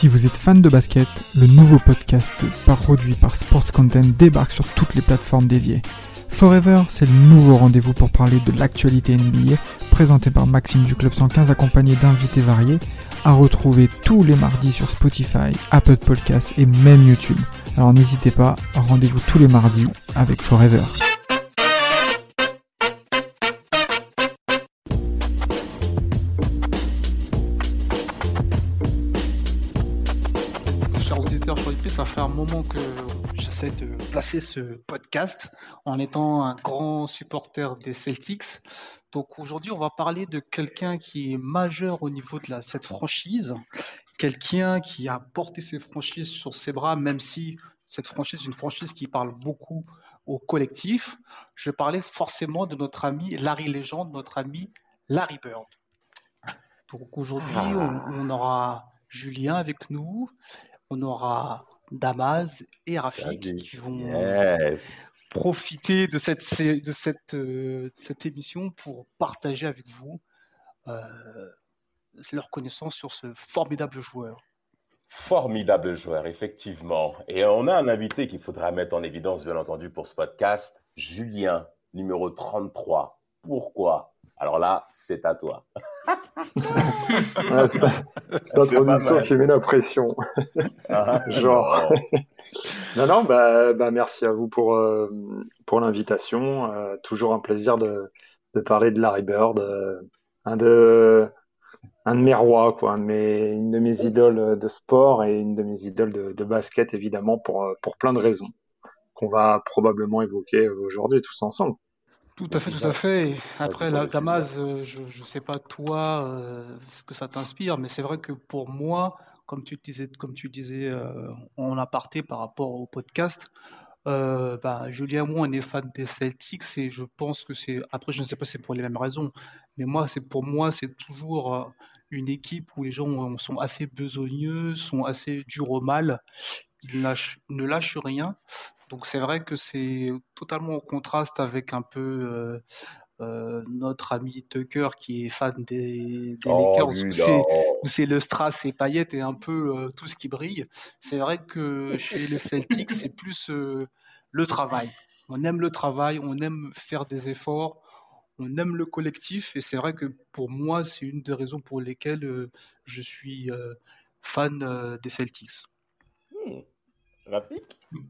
Si vous êtes fan de basket, le nouveau podcast produit par Sports Content débarque sur toutes les plateformes dédiées. Forever, c'est le nouveau rendez-vous pour parler de l'actualité NBA, présenté par Maxime du Club 115 accompagné d'invités variés, à retrouver tous les mardis sur Spotify, Apple Podcasts et même YouTube. Alors n'hésitez pas, rendez-vous tous les mardis avec Forever. Chers auditeurs, chers auditrices, ça fait un moment que j'essaie de placer ce podcast en étant un grand supporter des Celtics. Donc aujourd'hui, on va parler de quelqu'un qui est majeur au niveau de cette franchise, quelqu'un qui a porté ses franchises sur ses bras, même si cette franchise est une franchise qui parle beaucoup au collectif. Je vais parler forcément de notre ami Larry Legend, notre ami Larry Bird. Donc aujourd'hui, on aura Julien avec nous. On aura Damas et Rafik qui vont profiter de cette émission pour partager avec vous leur connaissance sur ce formidable joueur. Formidable joueur, effectivement. Et on a un invité qu'il faudra mettre en évidence, bien entendu, pour ce podcast, Julien, numéro 33. Pourquoi ? Alors là, c'est à toi. C'est l'introduction qui met la pression. Genre. Non, merci à vous pour l'invitation. Toujours un plaisir de parler de Larry Bird, un de mes rois, quoi, une de mes idoles de sport et une de mes idoles de basket, évidemment, pour plein de raisons qu'on va probablement évoquer aujourd'hui tous ensemble. Tout à fait. Et après, Damas, je ne sais pas toi ce que ça t'inspire, mais c'est vrai que pour moi, comme tu disais en aparté par rapport au podcast, Julien et moi, on est fan des Celtics et je pense que c'est. Après, je ne sais pas si c'est pour les mêmes raisons, mais pour moi, c'est toujours une équipe où les gens sont assez besogneux, sont assez durs au mal, ils ne lâchent rien. Donc c'est vrai que c'est totalement en contraste avec un peu notre ami Tucker qui est fan des Lakers, où c'est le Strass et Payet et un peu tout ce qui brille. C'est vrai que chez les Celtics, c'est plus le travail. On aime le travail, on aime faire des efforts, on aime le collectif et c'est vrai que pour moi, c'est une des raisons pour lesquelles je suis fan des Celtics. Rafik ?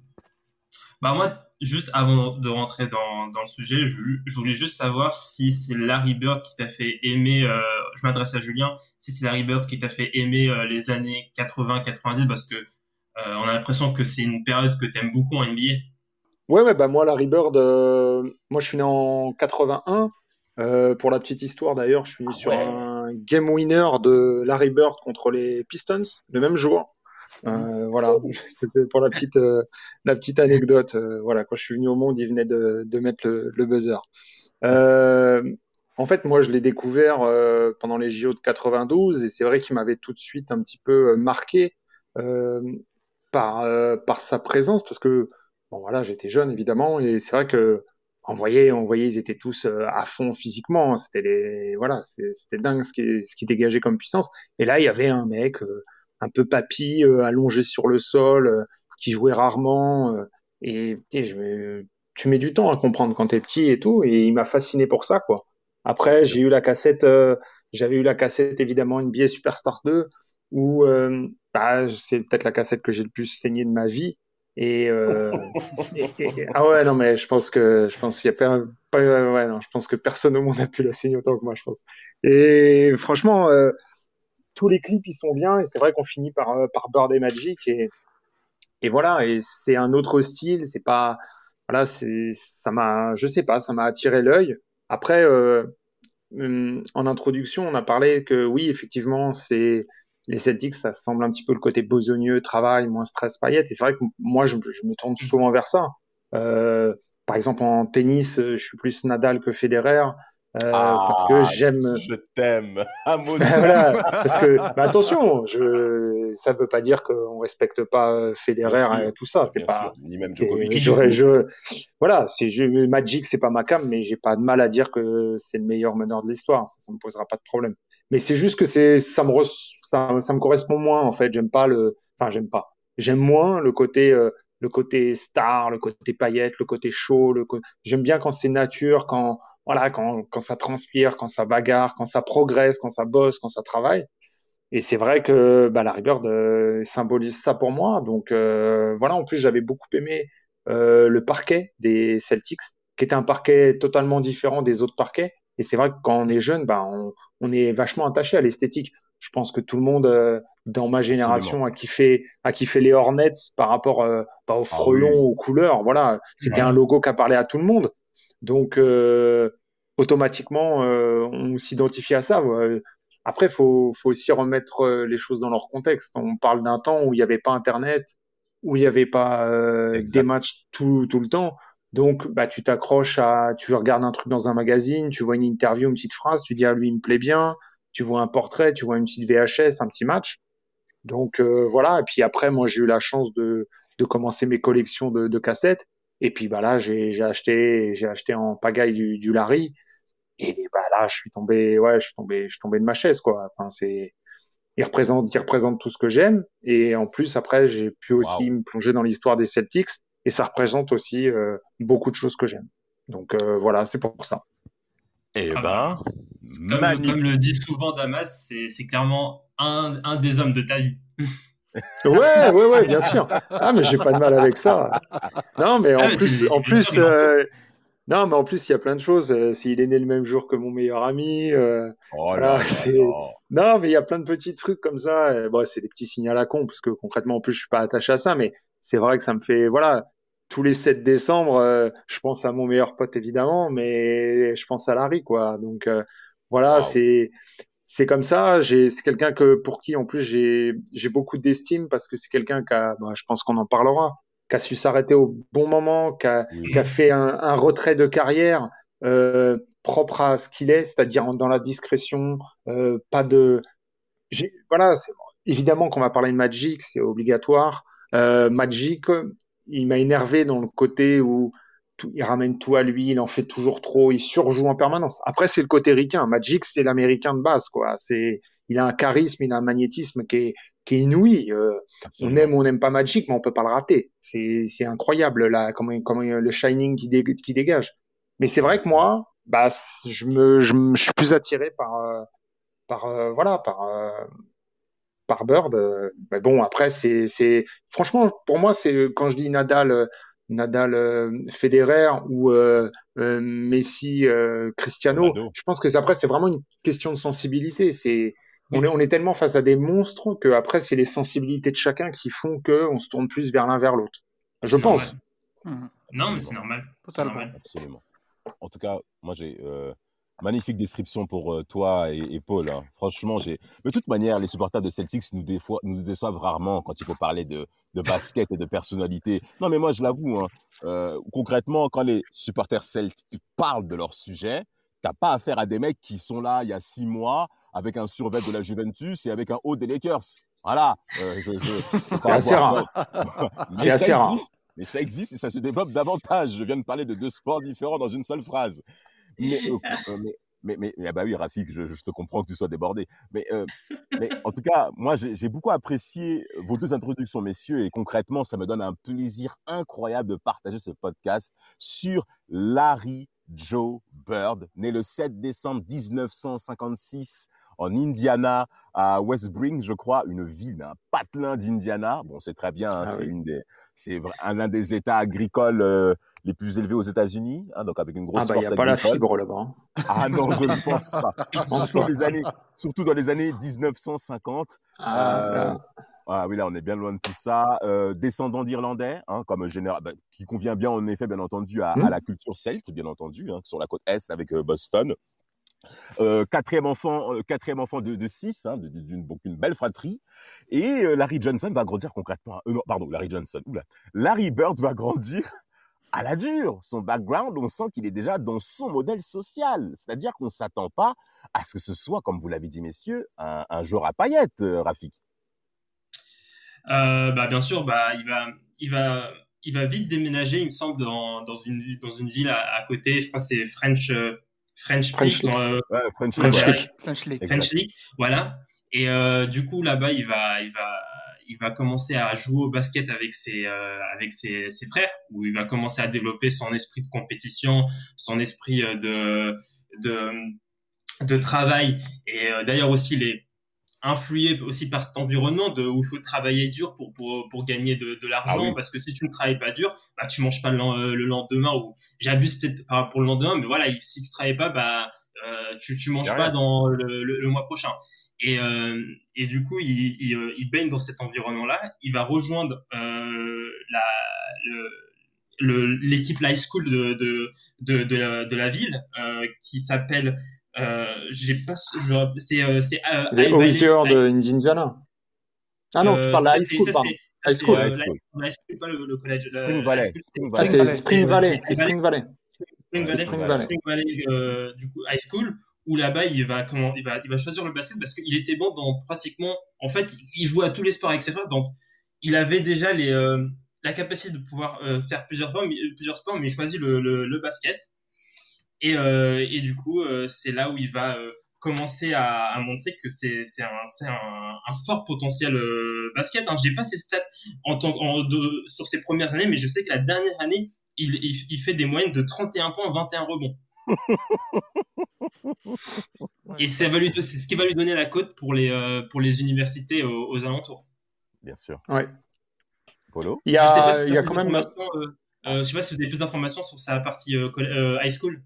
Moi, juste avant de rentrer dans le sujet, je voulais juste savoir si c'est Larry Bird qui t'a fait aimer, je m'adresse à Julien, si c'est Larry Bird qui t'a fait aimer les années 80-90, parce que on a l'impression que c'est une période que t'aimes beaucoup en NBA. Ouais, moi, Larry Bird, moi je suis né en 81. Pour la petite histoire d'ailleurs, je suis né sur un game winner de Larry Bird contre les Pistons, le même jour. Voilà, c'est pour la petite anecdote. Voilà, quand je suis venu au monde, il venait de mettre le buzzer. En fait, moi, je l'ai découvert pendant les JO de 92 et c'est vrai qu'il m'avait tout de suite un petit peu marqué par sa présence parce que j'étais jeune évidemment et c'est vrai que on voyait, ils étaient tous à fond physiquement. C'était dingue ce qui dégageait comme puissance. Et là, il y avait un mec un peu papy, allongé sur le sol, qui jouait rarement. Et tu mets du temps à comprendre quand t'es petit et tout. Et il m'a fasciné pour ça, quoi. Après, j'avais eu la cassette évidemment NBA Superstar 2, où c'est peut-être la cassette que j'ai le plus saigné de ma vie. Mais je pense que personne au monde n'a pu la saigner autant que moi, je pense. Et franchement, tous les clips ils sont bien et c'est vrai qu'on finit par Bird et Magic et voilà, et c'est un autre style, c'est pas voilà, ça m'a attiré l'œil. Après en introduction, on a parlé que oui, effectivement, c'est les Celtics, ça semble un petit peu le côté besogneux, travail, moins stress, paillettes. Et c'est vrai que moi, je me tourne souvent vers ça. Par exemple, en tennis, je suis plus Nadal que Federer. parce que j'aime. Je t'aime. Voilà, parce que attention, ça veut pas dire qu'on respecte pas Federer et tout ça. C'est bien pas. sûr. Ni même c'est- Djokovic. Voilà, Magic, c'est pas ma cam, mais j'ai pas de mal à dire que c'est le meilleur meneur de l'histoire. Ça me posera pas de problème. Mais c'est juste que ça me correspond moins en fait. J'aime pas. J'aime moins le côté star, le côté paillette, le côté show. J'aime bien quand c'est nature, voilà, quand ça transpire, quand ça bagarre, quand ça progresse, quand ça bosse, quand ça travaille. Et c'est vrai que Larry Bird symbolise ça pour moi. Donc voilà, en plus j'avais beaucoup aimé le parquet des Celtics, qui était un parquet totalement différent des autres parquets. Et c'est vrai que quand on est jeune, on est vachement attaché à l'esthétique. Je pense que tout le monde dans ma génération a kiffé les Hornets par rapport aux frelons, aux couleurs. Voilà, c'était un logo qui a parlé à tout le monde. Donc automatiquement, on s'identifie à ça. Après, faut aussi remettre les choses dans leur contexte. On parle d'un temps où il n'y avait pas Internet, où il n'y avait pas des matchs tout le temps. Donc, tu regardes un truc dans un magazine, tu vois une interview, une petite phrase, tu dis lui il me plaît bien. Tu vois un portrait, tu vois une petite VHS, un petit match. Donc voilà. Et puis après, moi j'ai eu la chance de commencer mes collections de cassettes. Et puis là, j'ai acheté en pagaille du Larry. Et là, je suis tombé de ma chaise, quoi. Enfin, il représente tout ce que j'aime. Et en plus, après, j'ai pu aussi me plonger dans l'histoire des Celtics. Et ça représente aussi beaucoup de choses que j'aime. Donc voilà, c'est pour ça. Comme le dit souvent Damas, c'est clairement un des hommes de ta vie. Ouais, bien sûr. Ah, mais j'ai pas de mal avec ça. Non, mais en plus, non, mais en plus, il y a plein de choses. S'il est né le même jour que mon meilleur ami, non, mais il y a plein de petits trucs comme ça. Bon, c'est des petits signaux à la con, parce que concrètement, en plus, je suis pas attaché à ça, mais c'est vrai que ça me fait, voilà, tous les 7 décembre, je pense à mon meilleur pote évidemment, mais je pense à Larry, quoi. Donc voilà, c'est comme ça. C'est quelqu'un pour qui en plus j'ai beaucoup d'estime, parce que c'est quelqu'un je pense qu'on en parlera, qui a su s'arrêter au bon moment, qui a fait un retrait de carrière propre à ce qu'il est, c'est-à-dire dans la discrétion, voilà, évidemment qu'on va parler de Magic, c'est obligatoire. Magic, il m'a énervé dans le côté où il ramène tout à lui, il en fait toujours trop, il surjoue en permanence. Après, c'est le côté ricain. Magic, c'est l'américain de base, quoi. Il a un charisme, il a un magnétisme qui est inouï. On aime ou on n'aime pas Magic, mais on peut pas le rater. C'est incroyable, là, comment le shining qui dégage. Mais c'est vrai que moi, je suis plus attiré par Bird. Mais bon, après, franchement, pour moi, c'est quand je dis Nadal, Federer ou Messi, Cristiano, je pense que après, c'est vraiment une question de sensibilité. On est tellement face à des monstres que après, c'est les sensibilités de chacun qui font qu'on se tourne plus vers l'un vers l'autre. Je pense. Non, mais c'est normal. Absolument. En tout cas, moi, j'ai magnifique description pour toi et Paul. Hein. Franchement, de toute manière, les supporters de Celtics nous déçoivent rarement quand il faut parler de basket et de personnalité. Non, mais moi, je l'avoue. Hein, concrètement, quand les supporters Celtics parlent de leur sujet, t'as pas affaire à des mecs qui sont là il y a 6 mois avec un survêt de la Juventus et avec un haut des Lakers. Voilà. C'est assez rare. C'est assez rare. Mais ça existe et ça se développe davantage. Je viens de parler de 2 sports différents dans une seule phrase. Mais bah oui, Rafik, je te comprends que tu sois débordé. Mais en tout cas, moi, j'ai beaucoup apprécié vos 2 introductions, messieurs, et concrètement, ça me donne un plaisir incroyable de partager ce podcast sur Larry Joe Bird, né le 7 décembre 1956 en Indiana, à West Spring, je crois, une ville, un patelin d'Indiana. Bon, c'est très bien, hein, c'est l'un des États agricoles les plus élevés aux États-Unis, hein, donc avec une grosse force agricole. Il n'y a pas la fibre là-bas. Ah non, je ne pense pas. Surtout dans les années 1950. Oui, là, on est bien loin de tout ça. Descendant d'Irlandais, hein, comme général, qui convient bien, en effet, bien entendu, à la culture celte, bien entendu, hein, sur la côte Est avec Boston. Quatrième enfant de 6, hein, d'une belle fratrie. Et Larry Johnson va grandir concrètement. Larry Bird va grandir à la dure. Son background, on sent qu'il est déjà dans son modèle social. C'est-à-dire qu'on ne s'attend pas à ce que ce soit, comme vous l'avez dit, messieurs, un joueur à paillettes, Rafik. Bien sûr, il va vite déménager, il me semble, dans une ville à côté. Je crois que c'est French Peak, Ouais, French League. French League. Voilà. Et du coup, là-bas, il va commencer à jouer au basket avec ses frères, où il va commencer à développer son esprit de compétition, son esprit de travail. Et d'ailleurs aussi, il est influé aussi par cet environnement où il faut travailler dur pour gagner de l'argent, parce que si tu ne travailles pas dur, tu manges pas le lendemain, ou j'abuse peut-être pour le lendemain, mais voilà, si tu travailles pas, tu manges pas dans le mois prochain. Et du coup, il baigne dans cet environnement-là. Il va rejoindre l'équipe high school de la ville, qui s'appelle c'est les Hoosiers d'Indiana. Ah non, tu parles de la high school, pardon. High school. High school, pas le collège. Spring Valley. C'est Spring Valley. C'est Spring Valley. Spring Valley, du coup, high school, où là-bas, il va choisir le basket parce qu'il était bon dans pratiquement, en fait, il jouait à tous les sports avec ses frères, donc il avait déjà la capacité de pouvoir faire plusieurs sports, mais il choisit le basket. Et du coup, c'est là où il va commencer à montrer que c'est un fort potentiel basket. Hein. J'ai pas ses stats sur ses premières années, mais je sais que la dernière année, il fait des moyennes de 31 points, 21 rebonds. Et c'est ce qui va lui donner la cote pour les universités aux alentours. Bien sûr. Ouais. Polo. Il y a quand même. Je sais pas si vous avez plus d'informations sur sa partie high school.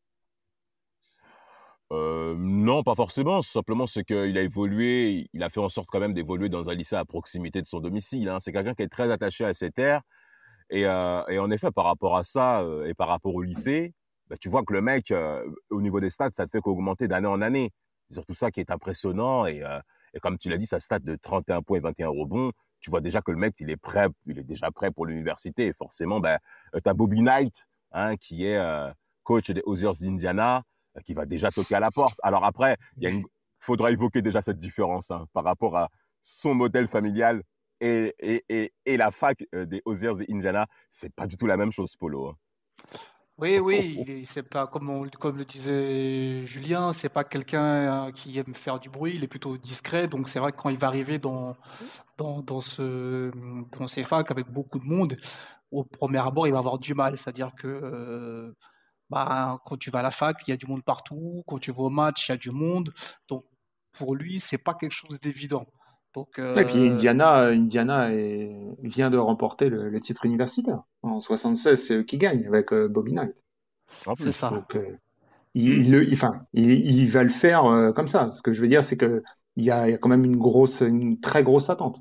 Non, pas forcément. Simplement, c'est qu'il a évolué. Il a fait en sorte quand même d'évoluer dans un lycée à proximité de son domicile. Hein. C'est quelqu'un qui est très attaché à ses terres. Et en effet, par rapport à ça et par rapport au lycée, tu vois que le mec, au niveau des stats, ça ne fait qu'augmenter d'année en année. C'est surtout ça qui est impressionnant. Et comme tu l'as dit, sa stat de 31 points et 21 rebonds, tu vois déjà que le mec, il est déjà prêt pour l'université. Et forcément, tu as Bobby Knight, hein, qui est coach des Hoosiers d'Indiana, qui va déjà toquer à la porte. Alors après, faudra évoquer déjà cette différence, hein, par rapport à son modèle familial et la fac des Hoosiers d'Indiana. C'est pas du tout la même chose, Polo. Hein. Oui, c'est pas comme le disait Julien, c'est pas quelqu'un qui aime faire du bruit, il est plutôt discret, donc c'est vrai que quand il va arriver dans ces facs avec beaucoup de monde, au premier abord, il va avoir du mal, c'est-à-dire que quand tu vas à la fac, il y a du monde partout, quand tu vas au match, il y a du monde, donc pour lui, c'est pas quelque chose d'évident. Donc, Et puis Indiana vient de remporter le titre universitaire. En 76, c'est eux qui gagnent avec Bobby Knight. C'est ça. Donc, il va le faire comme ça. Ce que je veux dire, c'est que il y a quand même une très grosse attente.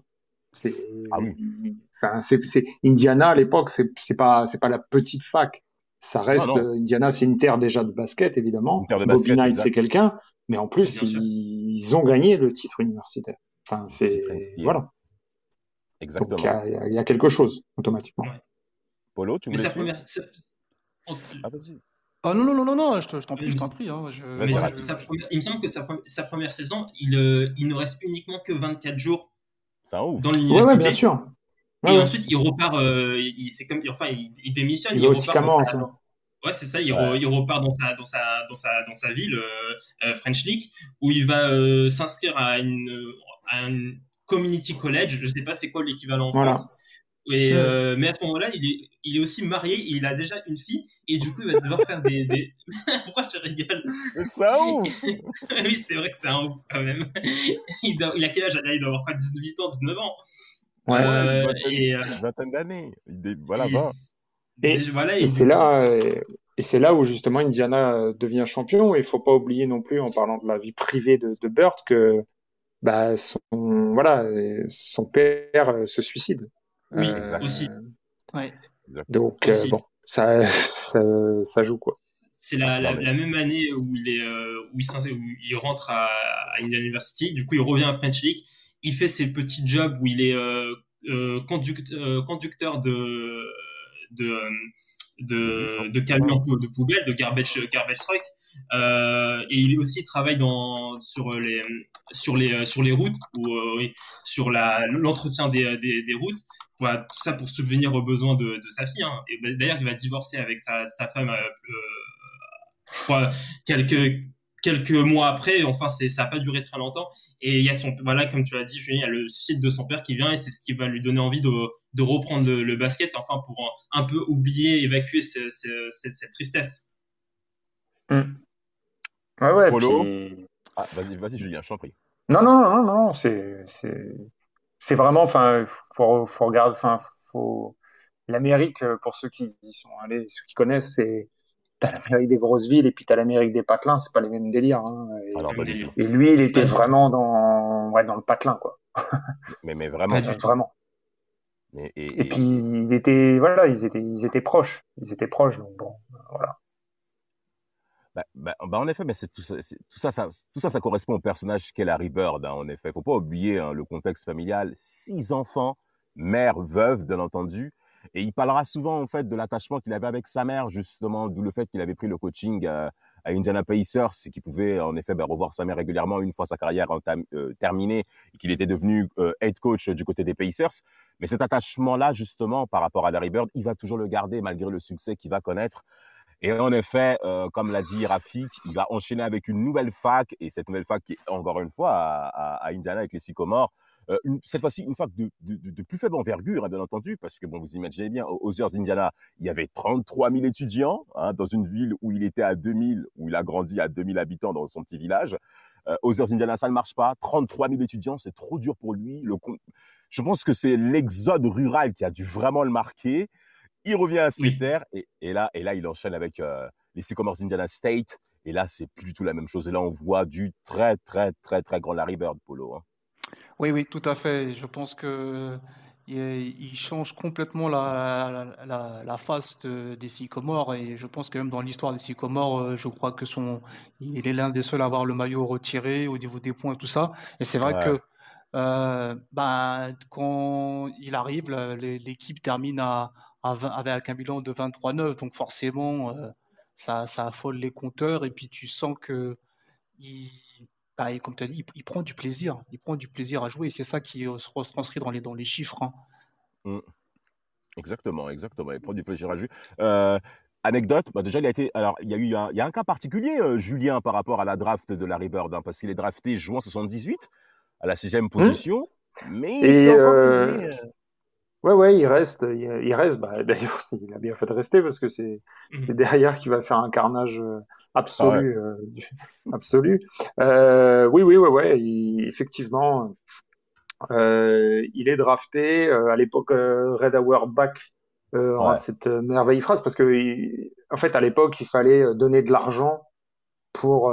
Indiana à l'époque, c'est pas la petite fac. Ça reste Indiana, c'est une terre déjà de basket évidemment. Bobby Knight, c'est quelqu'un, mais en plus ils ont gagné le titre universitaire. Enfin, voilà. Exactement. Donc il y a quelque chose automatiquement. Ouais. Polo, tu voulais Mais vas-y. Ah non, je t'en prie. Hein, il me semble que sa première saison, il ne reste uniquement que 24 jours dans l'université. Ouais, bien sûr. Et ensuite, il repart. Il démissionne. Il va aussi Camance. Ouais, c'est ça. Il repart dans sa ville, French League, où il va s'inscrire à une community college. Je sais pas c'est quoi l'équivalent en France. Et, mais à ce moment-là, il est aussi marié et il a déjà une fille. Et du coup, il va devoir faire des... Pourquoi je rigole? C'est un ouf. Oui, c'est vrai que c'est un ouf quand même. Il a quel âge là? Il doit avoir quoi, 18 ans, 19 ans? Une vingtaine d'années. Voilà, 20. Et c'est là où justement Indiana devient champion. Et il faut pas oublier non plus, en parlant de la vie privée de Bird, que son père se suicide. Oui, aussi. Ouais. Donc ça joue quoi. C'est la même année où il rentre à Indiana University. Du coup, il revient à French League. Il fait ses petits jobs où il est conducteur de camions de poubelle, de garbage truck. Et il aussi travaille sur les routes ou oui, sur l'entretien des routes. Voilà, tout ça pour subvenir aux besoins de sa fille. Hein. Et d'ailleurs, il va divorcer avec sa femme, je crois, quelques mois après. Enfin, ça n'a pas duré très longtemps. Et il y a voilà, comme tu l'as dit, Julien, il y a le suicide de son père qui vient et c'est ce qui va lui donner envie de reprendre le basket, enfin, pour un peu oublier, évacuer cette tristesse. Ouais, Polo. puis... Vas-y, Julien, je t'en prie. Non, c'est vraiment, enfin, faut regarder, enfin, l'Amérique, pour ceux qui y sont allés, ceux qui connaissent, t'as l'Amérique des grosses villes et puis t'as l'Amérique des patelins, c'est pas les mêmes délires, hein. Alors, pas du tout. Et lui, il était vraiment dans le patelin, quoi. Mais vraiment. Vraiment. Et puis, ils étaient proches. Donc bon, voilà. En effet, mais c'est tout ça, ça correspond au personnage qu'est Larry Bird. Hein, en effet, faut pas oublier le contexte familial. 6 enfants, mère veuve, bien entendu, et il parlera souvent en fait de l'attachement qu'il avait avec sa mère, justement, d'où le fait qu'il avait pris le coaching à Indiana Pacers et qu'il pouvait en effet revoir sa mère régulièrement une fois sa carrière terminée et qu'il était devenu head coach du côté des Pacers. Mais cet attachement-là, justement, par rapport à Larry Bird, il va toujours le garder malgré le succès qu'il va connaître. Et en effet, comme l'a dit Rafik, il va enchaîner avec une nouvelle fac, et cette nouvelle fac qui est encore une fois à Indiana avec les Sycomores. Cette fois-ci, une fac de plus faible envergure, hein, bien entendu, parce que bon, vous imaginez bien, aux Others Indiana, il y avait 33 000 étudiants, hein, dans une ville où il était à 2000, où il a grandi à 2000 habitants dans son petit village. Others Indiana, ça ne marche pas. 33 000 étudiants, c'est trop dur pour lui. Je pense que c'est l'exode rural qui a dû vraiment le marquer. Il revient à ses terres et là, il enchaîne avec les Sycomores Indiana State. Et là, c'est plus du tout la même chose. Et là, on voit du très, très, très, très grand Larry Bird, Polo. Hein. Oui, tout à fait. Je pense que il change complètement la face des Sycomores. Et je pense que même dans l'histoire des Sycomores, je crois que il est l'un des seuls à avoir le maillot retiré au niveau des points et tout ça. Et c'est vrai que quand il arrive, l'équipe termine avec un bilan de 23-9, donc forcément ça affole les compteurs et puis tu sens que comme tu as dit, il prend du plaisir à jouer et c'est ça qui se retranscrit dans les chiffres. Hein. Exactement, il prend du plaisir à jouer. Anecdote, déjà il y a un cas particulier, Julien, par rapport à la draft de Larry Bird, hein, parce qu'il est drafté juin 78 à la 6e position, mais il fait encore Ouais, il reste. D'ailleurs, il a bien fait de rester parce que c'est derrière qu'il va faire un carnage absolu, absolu. Effectivement, il est drafté. À l'époque, Red Auerbach aura cette merveilleuse phrase parce que, en fait, à l'époque, il fallait donner de l'argent pour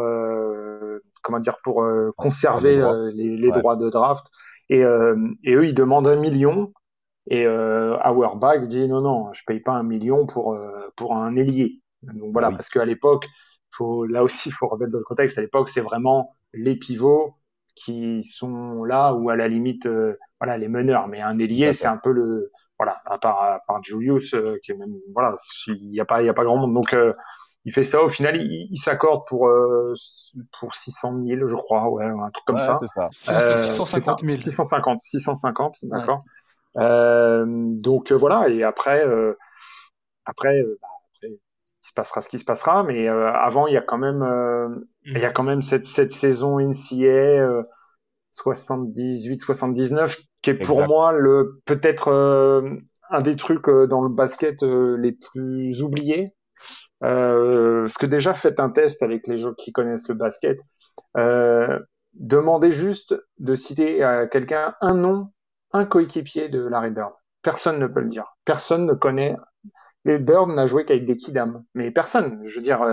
conserver les droits de draft. Et eux, ils demandent 1 million. Et Auerbach dit non, je paye pas 1 million pour un ailier. Donc voilà, parce qu'à l'époque, faut remettre dans le contexte. À l'époque, c'est vraiment les pivots qui sont là ou à la limite, les meneurs. Mais un ailier, c'est un peu à part Julius, qui est même, il y a pas grand monde. Donc il fait ça. Au final, il s'accorde pour 600 000, je crois, un truc comme ça. C'est ça. 650 000. 650, d'accord. Donc voilà, et après il se passera ce qui se passera, mais avant il y a quand même cette saison NCAA 78-79 qui est pour moi peut-être un des trucs dans le basket les plus oubliés, parce que déjà faites un test avec les gens qui connaissent le basket, demandez juste de citer à quelqu'un un coéquipier de Larry Bird. Personne ne peut le dire. Personne ne connaît. Les Bird n'a joué qu'avec des kidam. Mais personne. Je veux dire,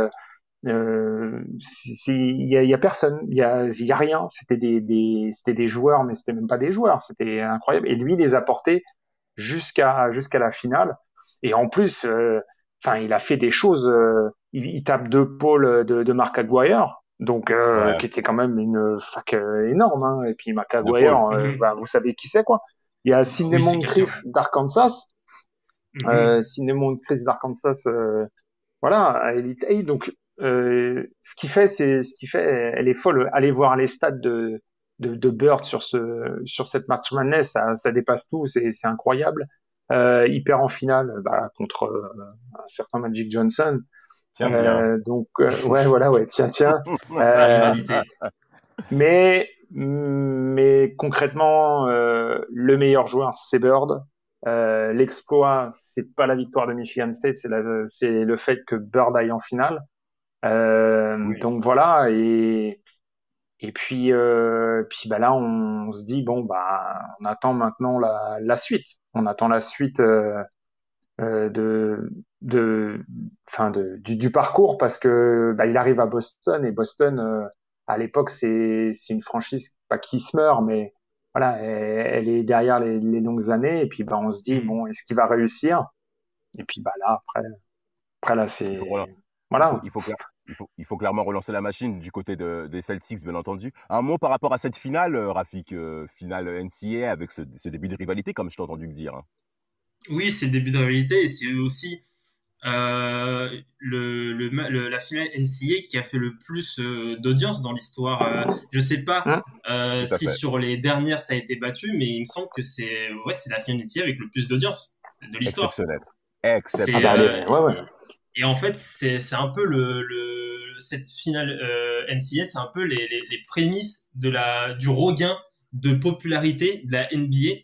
il y a personne. Il y a rien. C'était des joueurs, mais c'était même pas des joueurs. C'était incroyable. Et lui, il les a portés jusqu'à la finale. Et en plus, il a fait des choses. Il tape 2 pôles de Mark Aguirre. Donc, qui était quand même une fac énorme, hein. Et puis Mark Aguirre, vous savez qui c'est, quoi. Il y a Sidney Moncrief d'Arkansas. Cinnamon Chris d'Arkansas, voilà, à Elite 8. Donc, ce qu'il fait, elle est folle. Allez voir les stats de Bird sur cette March Madness, ça dépasse tout, c'est incroyable. Il perd en finale, contre un certain Magic Johnson. Tiens. Donc, ouais, voilà, ouais, tiens. Mais concrètement, le meilleur joueur, c'est Bird. L'exploit, c'est pas la victoire de Michigan State, c'est le fait que Bird aille en finale. Oui. Donc voilà, et puis là on se dit bon on attend maintenant la suite. On attend la suite du parcours, parce que il arrive à Boston, et Boston à l'époque c'est une franchise pas qui se meurt, mais voilà, elle est derrière les longues années, et puis on se dit bon, est-ce qu'il va réussir? Et puis là après là c'est voilà. Il faut clairement relancer la machine du côté des Celtics, bien entendu. Un mot par rapport à cette finale, Rafik, finale NCAA, avec ce début de rivalité, comme je t'ai entendu le dire. Hein. Oui, c'est le début de rivalité, et c'est aussi la finale NCAA qui a fait le plus d'audience dans l'histoire. Je sais pas si sur les dernières ça a été battu, mais il me semble que c'est la finale NCAA avec le plus d'audience de l'histoire. Exceptionnel. Et en fait, c'est un peu cette finale NCAA, c'est un peu les prémices du regain de popularité de la NBA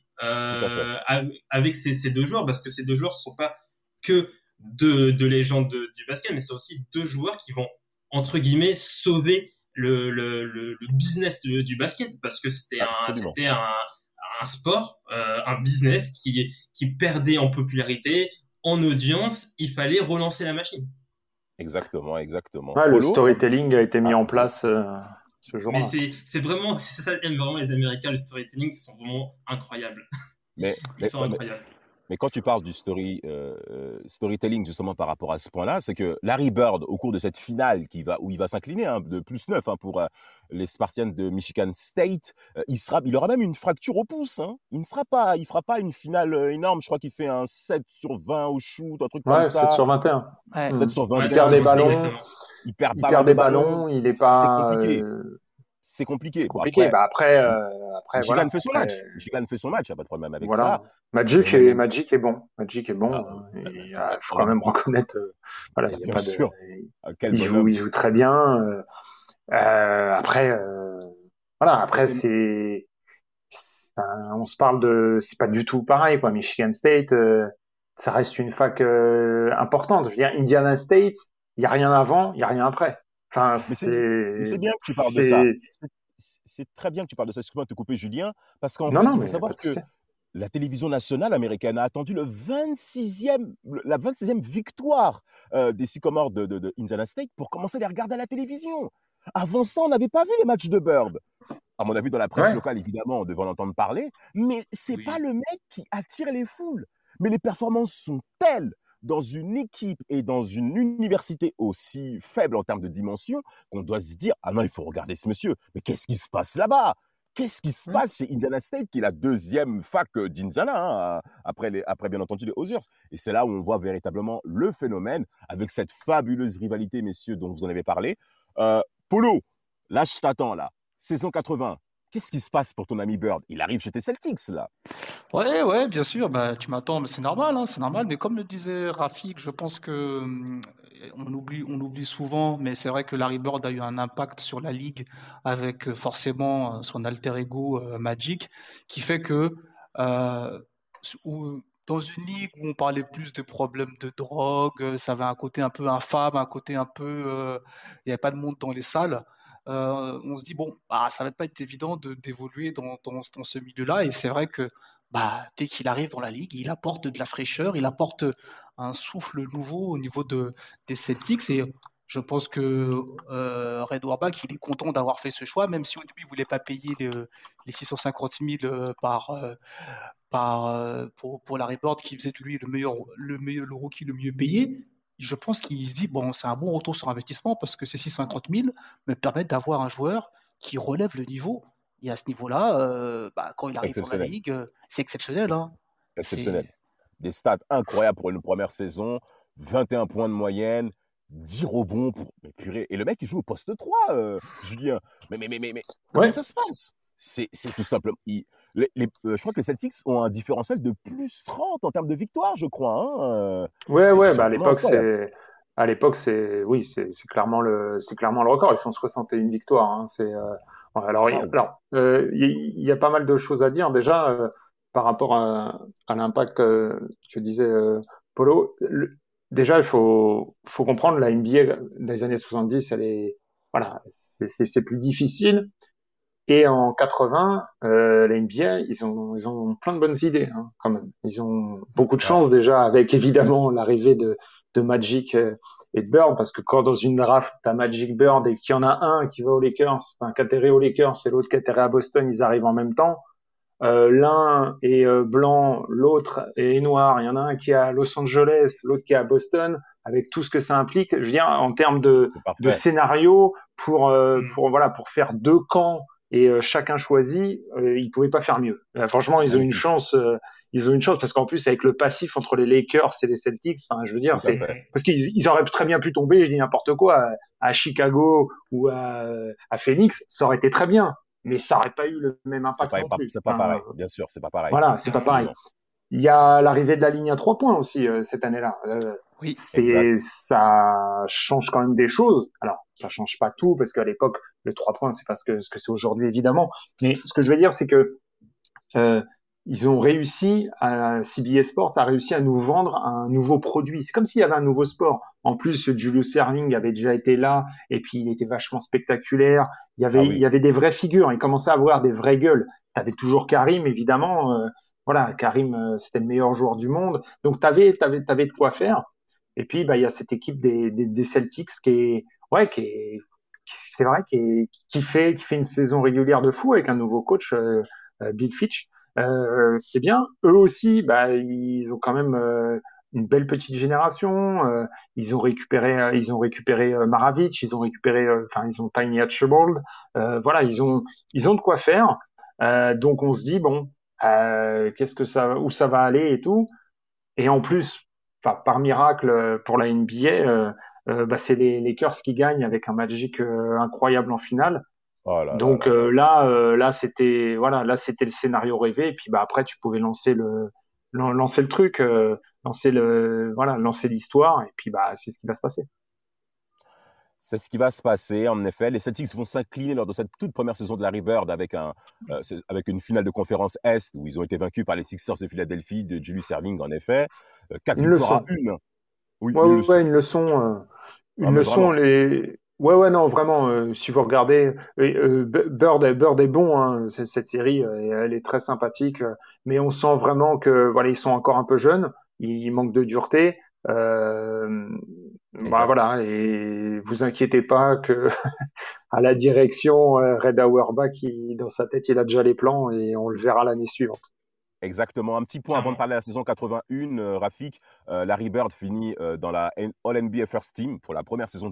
avec ces deux joueurs, parce que ces deux joueurs ne sont pas que deux légendes du basket, mais c'est aussi deux joueurs qui vont, entre guillemets, sauver le business du basket, parce que c'était un sport, un business qui perdait en popularité, en audience. Il fallait relancer la machine. Exactement. Ouais, le storytelling a été mis en place ce jour-là. Mais c'est ça, aiment vraiment les Américains, le storytelling, ils sont vraiment incroyables. Ils sont incroyables. Mais quand tu parles du storytelling, justement, par rapport à ce point-là, c'est que Larry Bird, au cours de cette finale où il va s'incliner de +9 pour les Spartans de Michigan State, il aura même une fracture au pouce. Hein. Il fera pas une finale énorme. Je crois qu'il fait un 7 sur 20 au shoot, un truc comme ça. 7 sur 21. 7 sur 21. Il perd des ballons. Il perd des ballons. Il est pas... C'est compliqué. Après, Michigan fait son match. Michigan fait son match, il n'y a pas de problème avec ça. Magic est bon. Il faut quand même reconnaître. Il y a pas sûr. Il joue très bien. Après, c'est. On se parle de. C'est pas du tout pareil, quoi. Michigan State, ça reste une fac importante. Je veux dire, Indiana State, il y a rien avant, il y a rien après. Enfin, c'est bien que tu parles de ça. C'est très bien que tu parles de ça. Excuse-moi de te couper, Julien, parce qu'en fait, il faut savoir que la télévision nationale américaine a attendu la 26e victoire des Sycamores de Indiana State pour commencer à les regarder à la télévision. Avant ça, on n'avait pas vu les matchs de Bird. À mon avis, dans la presse locale, évidemment, on devait en entendre parler, mais c'est pas le mec qui attire les foules. Mais les performances sont telles dans une équipe et dans une université aussi faible en termes de dimension, qu'on doit se dire, ah non, il faut regarder ce monsieur. Mais qu'est-ce qui se passe là-bas? Qu'est-ce qui se passe chez Indiana State, qui est la deuxième fac d'Indiana, après bien entendu les Hoosiers. Et c'est là où on voit véritablement le phénomène, avec cette fabuleuse rivalité, messieurs, dont vous en avez parlé. Polo, là, je t'attends, là. Saison 80. Qu'est-ce qui se passe pour ton ami Bird? Il arrive chez tes Celtics, là. Ouais, bien sûr. Tu m'attends, mais c'est normal, hein, c'est normal. Mais comme le disait Rafik, je pense que on oublie souvent, mais c'est vrai que Larry Bird a eu un impact sur la ligue avec forcément son alter ego Magic, qui fait que dans une ligue où on parlait plus de problèmes de drogue, ça avait un côté un peu infâme, un côté un peu, il n'y avait pas de monde dans les salles. On se dit bon, ça va pas être évident d'évoluer dans ce milieu-là, et c'est vrai que dès qu'il arrive dans la ligue, il apporte de la fraîcheur, il apporte un souffle nouveau au niveau des Celtics, et je pense que Red Auerbach, il est content d'avoir fait ce choix, même si au début il voulait pas payer les 650 000 pour Larry Bird, qui faisait de lui le rookie le mieux payé. Je pense qu'il se dit, bon, c'est un bon retour sur investissement, parce que ces 650 000 me permettent d'avoir un joueur qui relève le niveau. Et à ce niveau-là, quand il arrive dans la ligue, c'est exceptionnel. Hein. Exceptionnel. des stats incroyables pour une première saison, 21 points de moyenne, 10 rebonds. Mais purée. Et le mec, il joue au poste 3, Julien. Mais comment Ouais, ça se passe? C'est tout simplement. Je crois que les Celtics ont un différentiel de plus 30 en termes de victoire, je crois, hein. C'est tout bah simplement incroyable. à l'époque, oui, c'est clairement le record. Ils font 61 victoires, hein. Ouais, Waouh. il y a pas mal de choses à dire déjà par rapport à l'impact que disait Polo. Déjà, faut comprendre la NBA des années 70, voilà, c'est plus difficile. Et en 80, la NBA, ils ont plein de bonnes idées, hein, quand même. Ils ont beaucoup de Ouais. chance déjà avec évidemment l'arrivée de Magic et de Bird, parce que quand dans une draft, t'as Magic Bird et qu'il y en a un qui va aux Lakers, enfin, qui atterrit aux Lakers et l'autre qui atterrit à Boston, ils arrivent en même temps. L'un est blanc, l'autre est noir. Il y en a un qui est à Los Angeles, l'autre qui est à Boston, avec tout ce que ça implique. Je veux dire, en termes C'est de parfait. scénario, Mm. voilà, pour faire deux camps et chacun choisi, ils pouvaient pas faire mieux. Franchement, Rien du tout. ils ont une chance parce qu'en plus avec le passif entre les Lakers et les Celtics, enfin, je veux dire, Tout à c'est fait. parce ils auraient très bien pu tomber, je dis n'importe quoi, à Chicago ou à Phoenix, ça aurait été très bien, mais ça aurait pas eu le même impact non plus. C'est pas Enfin, pareil. Bien sûr, c'est pas pareil. voilà, c'est pas pareil. Absolument. Il y a l'arrivée de la ligne à 3 points aussi cette année-là. Oui, Exact. Ça change quand même des choses. Alors, ça change pas tout parce qu'à l'époque, le 3 points, c'est pas ce que c'est aujourd'hui évidemment. Mais ce que je veux dire, c'est que euh, ils ont réussi CBS Sports a réussi à nous vendre un nouveau produit. C'est comme s'il y avait un nouveau sport. En plus, Julius Erving avait déjà été là et puis il était vachement spectaculaire. Ah Il oui. y avait des vraies figures. Il commençait à avoir des vraies gueules. T'avais toujours Karim, évidemment. Voilà, Karim, c'était le meilleur joueur du monde. Donc t'avais de quoi faire. Et puis, bah, il y a cette équipe des Celtics ouais, c'est vrai, qui fait une saison régulière de fou avec un nouveau coach, Bill Fitch. C'est bien. Eux aussi, bah, ils ont quand même une belle petite génération. Ils ont récupéré Maravic, enfin, ils ont Tiny Archibald. Voilà, ils ont de quoi faire. Donc on se dit bon, où ça va aller et tout. Et en plus, par miracle pour la NBA, bah, c'est les Lakers qui gagnent avec un Magic incroyable en finale. Oh là là Donc là là. là c'était voilà, là c'était le scénario rêvé. Et puis bah après tu pouvais lancer le truc, lancer l'histoire. Et puis bah c'est ce qui va se passer. C'est ce qui va se passer, en effet. Les Celtics vont s'incliner lors de cette toute première saison de Larry Bird avec une finale de conférence Est où ils ont été vaincus par les Sixers de Philadelphie de Julius Erving, en effet. 4 Une victoires à leçon. 1. Oui, Ouais, une ouais, leçon. Ah, une mais leçon. vraiment. Ouais, non, vraiment. Si vous regardez, Bird est bon. Hein, cette série, elle est très sympathique. Mais on sent vraiment que voilà, ils sont encore un peu jeunes. Ils manquent de dureté. Euh, Bah Exact. voilà. Et vous inquiétez pas que à la direction, Red Auerbach, dans sa tête, il a déjà les plans et on le verra l'année suivante. Exactement. Un petit point avant de Clairement. parler de la saison 81, Rafik. Larry Bird finit dans la All-NBA First Team pour la première saison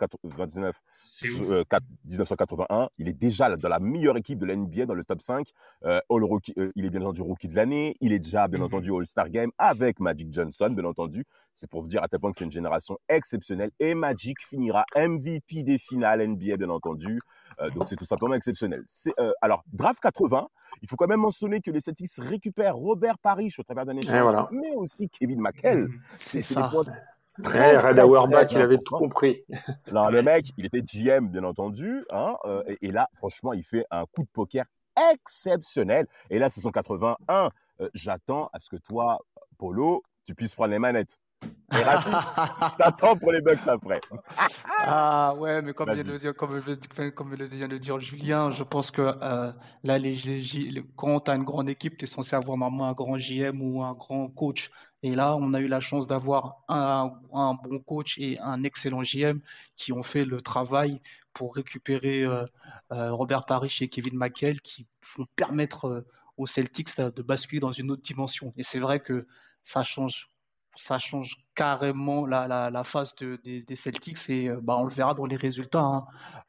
C'est ouf. 1981. Il est déjà dans la meilleure équipe de la NBA, dans le top 5. Il est bien entendu rookie de l'année. Il est déjà, bien entendu, Mhm. au All-Star Game avec Magic Johnson, bien entendu. C'est pour vous dire à tel point que c'est une génération exceptionnelle. Et Magic finira MVP des finales NBA, bien entendu. Donc, c'est tout simplement exceptionnel. Alors, Draft 80. Il faut quand même mentionner que les Celtics récupèrent Robert Parrish au travers d'un Et échange, voilà. mais aussi Kevin McHale. Mhm. c'est C'est des points ça. Et très, Red très, Auerbach, très il avait tout importants. compris. Là, le Ouais. mec, il était GM, bien entendu. Hein, et là, franchement, il fait un coup de poker exceptionnel. Et là, saison 81, j'attends à ce que toi, Polo, tu puisses prendre les manettes. Et Rafik, je t'attends pour les Bucks après. Ah ouais, mais Vas-y. comme vient de dire Julien, je pense que là, quand tu as une grande équipe, tu es censé avoir normalement un grand GM ou un grand coach. Et là, on a eu la chance d'avoir un bon coach et un excellent GM qui ont fait le travail pour récupérer Robert Parrish et Kevin McHale qui vont permettre aux Celtics de basculer dans une autre dimension. Et c'est vrai que ça change ça change carrément la face des Celtics et bah, on le verra dans les résultats. Hein.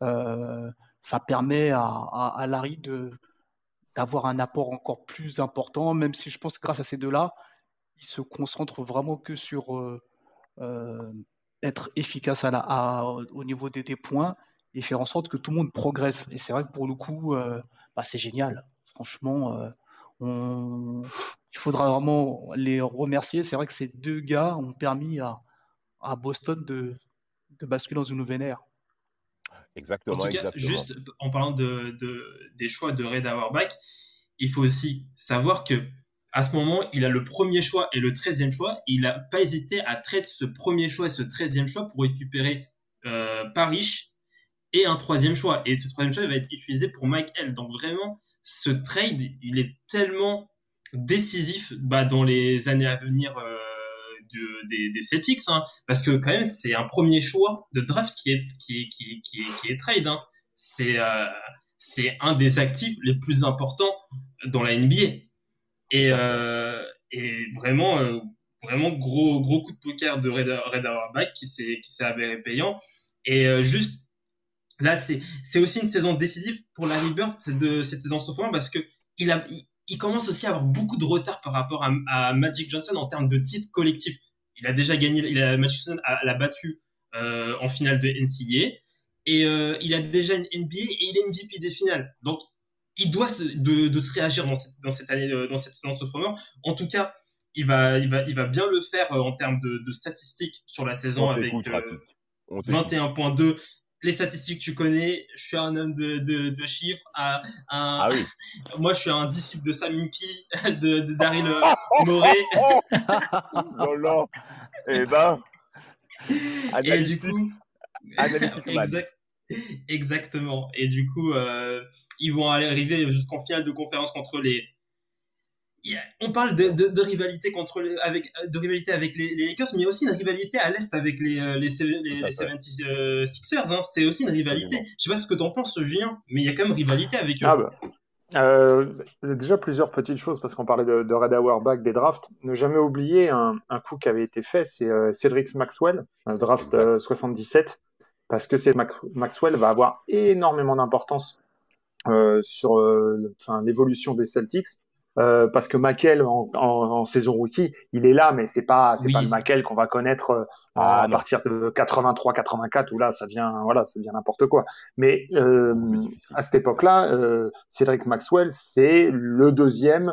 Ça permet à Larry d'avoir un apport encore plus important, même si je pense que grâce à ces deux-là, il se concentre vraiment que sur être efficace au niveau des points et faire en sorte que tout le monde progresse. Et c'est vrai que pour le coup, c'est génial. Franchement, il faudra vraiment les remercier. C'est vrai que ces deux gars ont permis à Boston de basculer dans une nouvelle ère. En tout cas, juste en parlant des choix de Red Auerbach, il faut aussi savoir que à ce moment, il a le premier choix et le 13e choix. Et il n'a pas hésité à trade ce premier choix et ce 13e choix pour récupérer Parrish et un 3e choix. Et ce 3e choix, il va être utilisé pour Mike L. Donc vraiment, ce trade, il est tellement décisif dans les années à venir des Celtics, hein, parce que quand même, c'est un premier choix de draft qui est trade. Hein. C'est un des actifs les plus importants dans la NBA. Et vraiment gros coup de poker de Red Auerbach qui s'est avéré payant. Et juste là, c'est aussi une saison décisive pour Larry Bird cette saison sophomore parce que il commence aussi à avoir beaucoup de retard par rapport à Magic Johnson en termes de titres collectifs. Il a déjà gagné, Magic Johnson l'a battu en finale de NCAA et il a déjà une NBA et il est MVP des finales. Donc il doit de se réagir dans cette année, dans cette saison sophomore. En tout cas, il va bien le faire en termes de statistiques sur la saison avec 21.2. Les statistiques, tu connais. Je suis un homme de chiffres. Oui. Moi, je suis un disciple de Sam Hinkie, de Daryl Morey. Non. Eh ben. Et du coup, exactement. Et du coup, ils vont arriver jusqu'en finale de conférence contre les. On parle de rivalité avec les Lakers, mais il y a aussi une rivalité à l'est avec les 76ers. Hein. C'est aussi une rivalité. Absolument. Je sais pas ce que tu en penses, Julien, mais il y a quand même rivalité avec eux. Déjà plusieurs petites choses parce qu'on parlait de Red Auerbach des drafts. Ne jamais oublier un coup qui avait été fait, c'est Cedric Maxwell, draft 77, parce que Maxwell va avoir énormément d'importance sur l'évolution des Celtics. Parce que Makel en saison rookie, il est là, mais c'est pas le Makel qu'on va connaître à partir de 83-84 où là ça devient n'importe quoi. Mais à cette époque-là, Cedric Maxwell, c'est le deuxième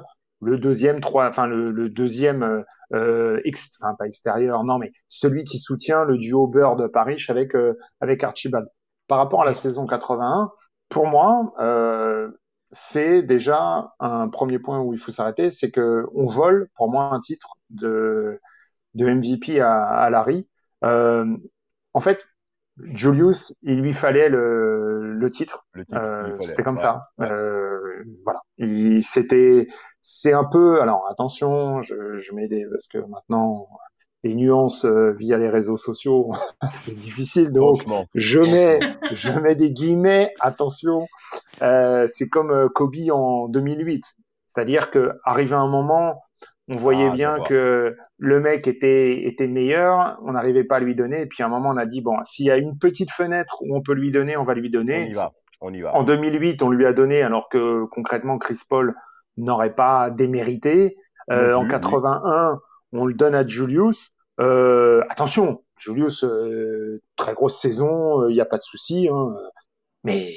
pas extérieur, non, mais celui qui soutient le duo Bird-Parrish avec Archibald. Par rapport à la saison 81, pour moi, c'est déjà un premier point où il faut s'arrêter, c'est que on vole pour moi un titre de MVP à Larry. En fait, Julius, il lui fallait le titre. C'était comme ça. Voilà. C'est un peu. Alors attention, je mets parce que maintenant les nuances via les réseaux sociaux, c'est difficile. Donc je mets des guillemets. Attention. C'est comme Kobe en 2008. C'est-à-dire que arrivé à un moment, on voyait bien que le mec était meilleur, on n'arrivait pas à lui donner, et puis à un moment on a dit bon, s'il y a une petite fenêtre où on peut lui donner, on va lui donner. On y va. En 2008, on lui a donné alors que concrètement Chris Paul n'aurait pas démérité. En 81, on le donne à Julius. Attention, Julius, très grosse saison, il n'y a pas de souci, hein, mais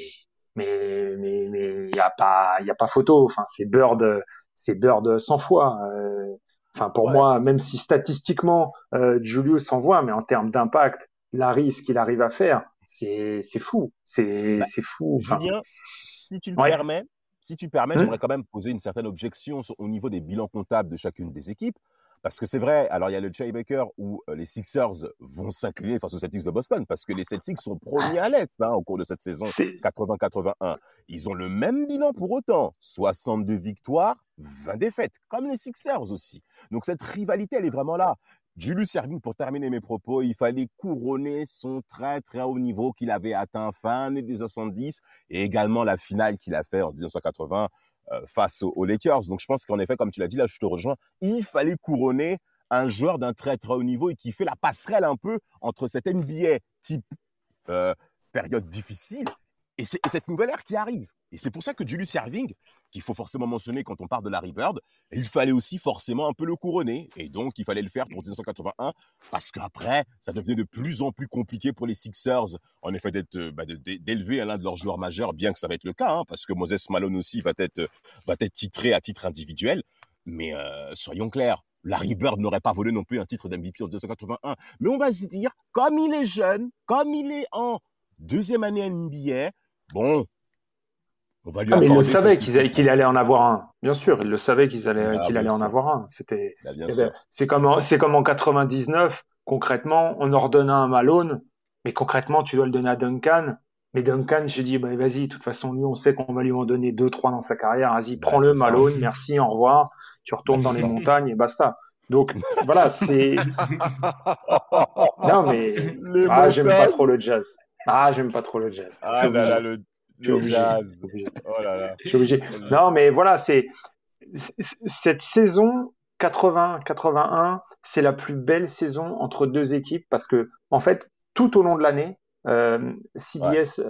il y a pas photo. Enfin, c'est Bird 100 fois. Enfin, pour moi, même si statistiquement Julius envoie, mais en termes d'impact, Larry, ce qu'il arrive à faire, c'est fou. C'est fou. Julien, si tu le permets, j'aimerais quand même poser une certaine objection au niveau des bilans comptables de chacune des équipes. Parce que c'est vrai, alors il y a le Tiebreaker où les Sixers vont s'incliner face aux Celtics de Boston parce que les Celtics sont premiers à l'Est au cours de cette saison 80-81. Ils ont le même bilan pour autant, 62 victoires, 20 défaites, comme les Sixers aussi. Donc cette rivalité, elle est vraiment là. Julius Erving, pour terminer mes propos, il fallait couronner son très très haut niveau qu'il avait atteint fin des 70 et également la finale qu'il a fait en 1980 face aux Lakers. Donc je pense qu'en effet, comme tu l'as dit, là je te rejoins, il fallait couronner un joueur d'un très très haut niveau et qui fait la passerelle un peu entre cette NBA type période difficile Et c'est cette nouvelle ère qui arrive. Et c'est pour ça que Julius Erving, qu'il faut forcément mentionner quand on parle de Larry Bird, il fallait aussi forcément un peu le couronner. Et donc, il fallait le faire pour 1981, parce qu'après, ça devenait de plus en plus compliqué pour les Sixers, en effet, d'élever l'un de leurs joueurs majeurs, bien que ça va être le cas, hein, parce que Moses Malone aussi va être titré à titre individuel. Mais soyons clairs, Larry Bird n'aurait pas volé non plus un titre d'MVP en 1981. Mais on va se dire, comme il est jeune, comme il est en deuxième année NBA, bon, on va lui mais il le accorder savait cette qu'il allait en avoir un. Bien sûr, il le savait qu'il bien allait en sûr. avoir un. Bien sûr. C'est comme en 99. Concrètement, on ordonne un Malone, mais concrètement, tu dois le donner à Duncan. Mais Duncan, j'ai dit, bah, vas-y, de toute façon, lui, on sait qu'on va lui en donner 2, 3 dans sa carrière. Vas-y, Bah, prends-le, c'est ça. Malone, merci, au revoir. Tu retournes Bah, dans c'est les ça. montagnes et basta. Donc, voilà, non, mais, Les j'aime pas montagnes. trop le jazz. J'aime pas trop le jazz. Je Ah suis là obligé. là, Je suis le obligé. jazz. Oh là là. Je suis obligé. Non, mais voilà, cette saison 80-81, c'est la plus belle saison entre deux équipes parce que, en fait, tout au long de l'année, CBS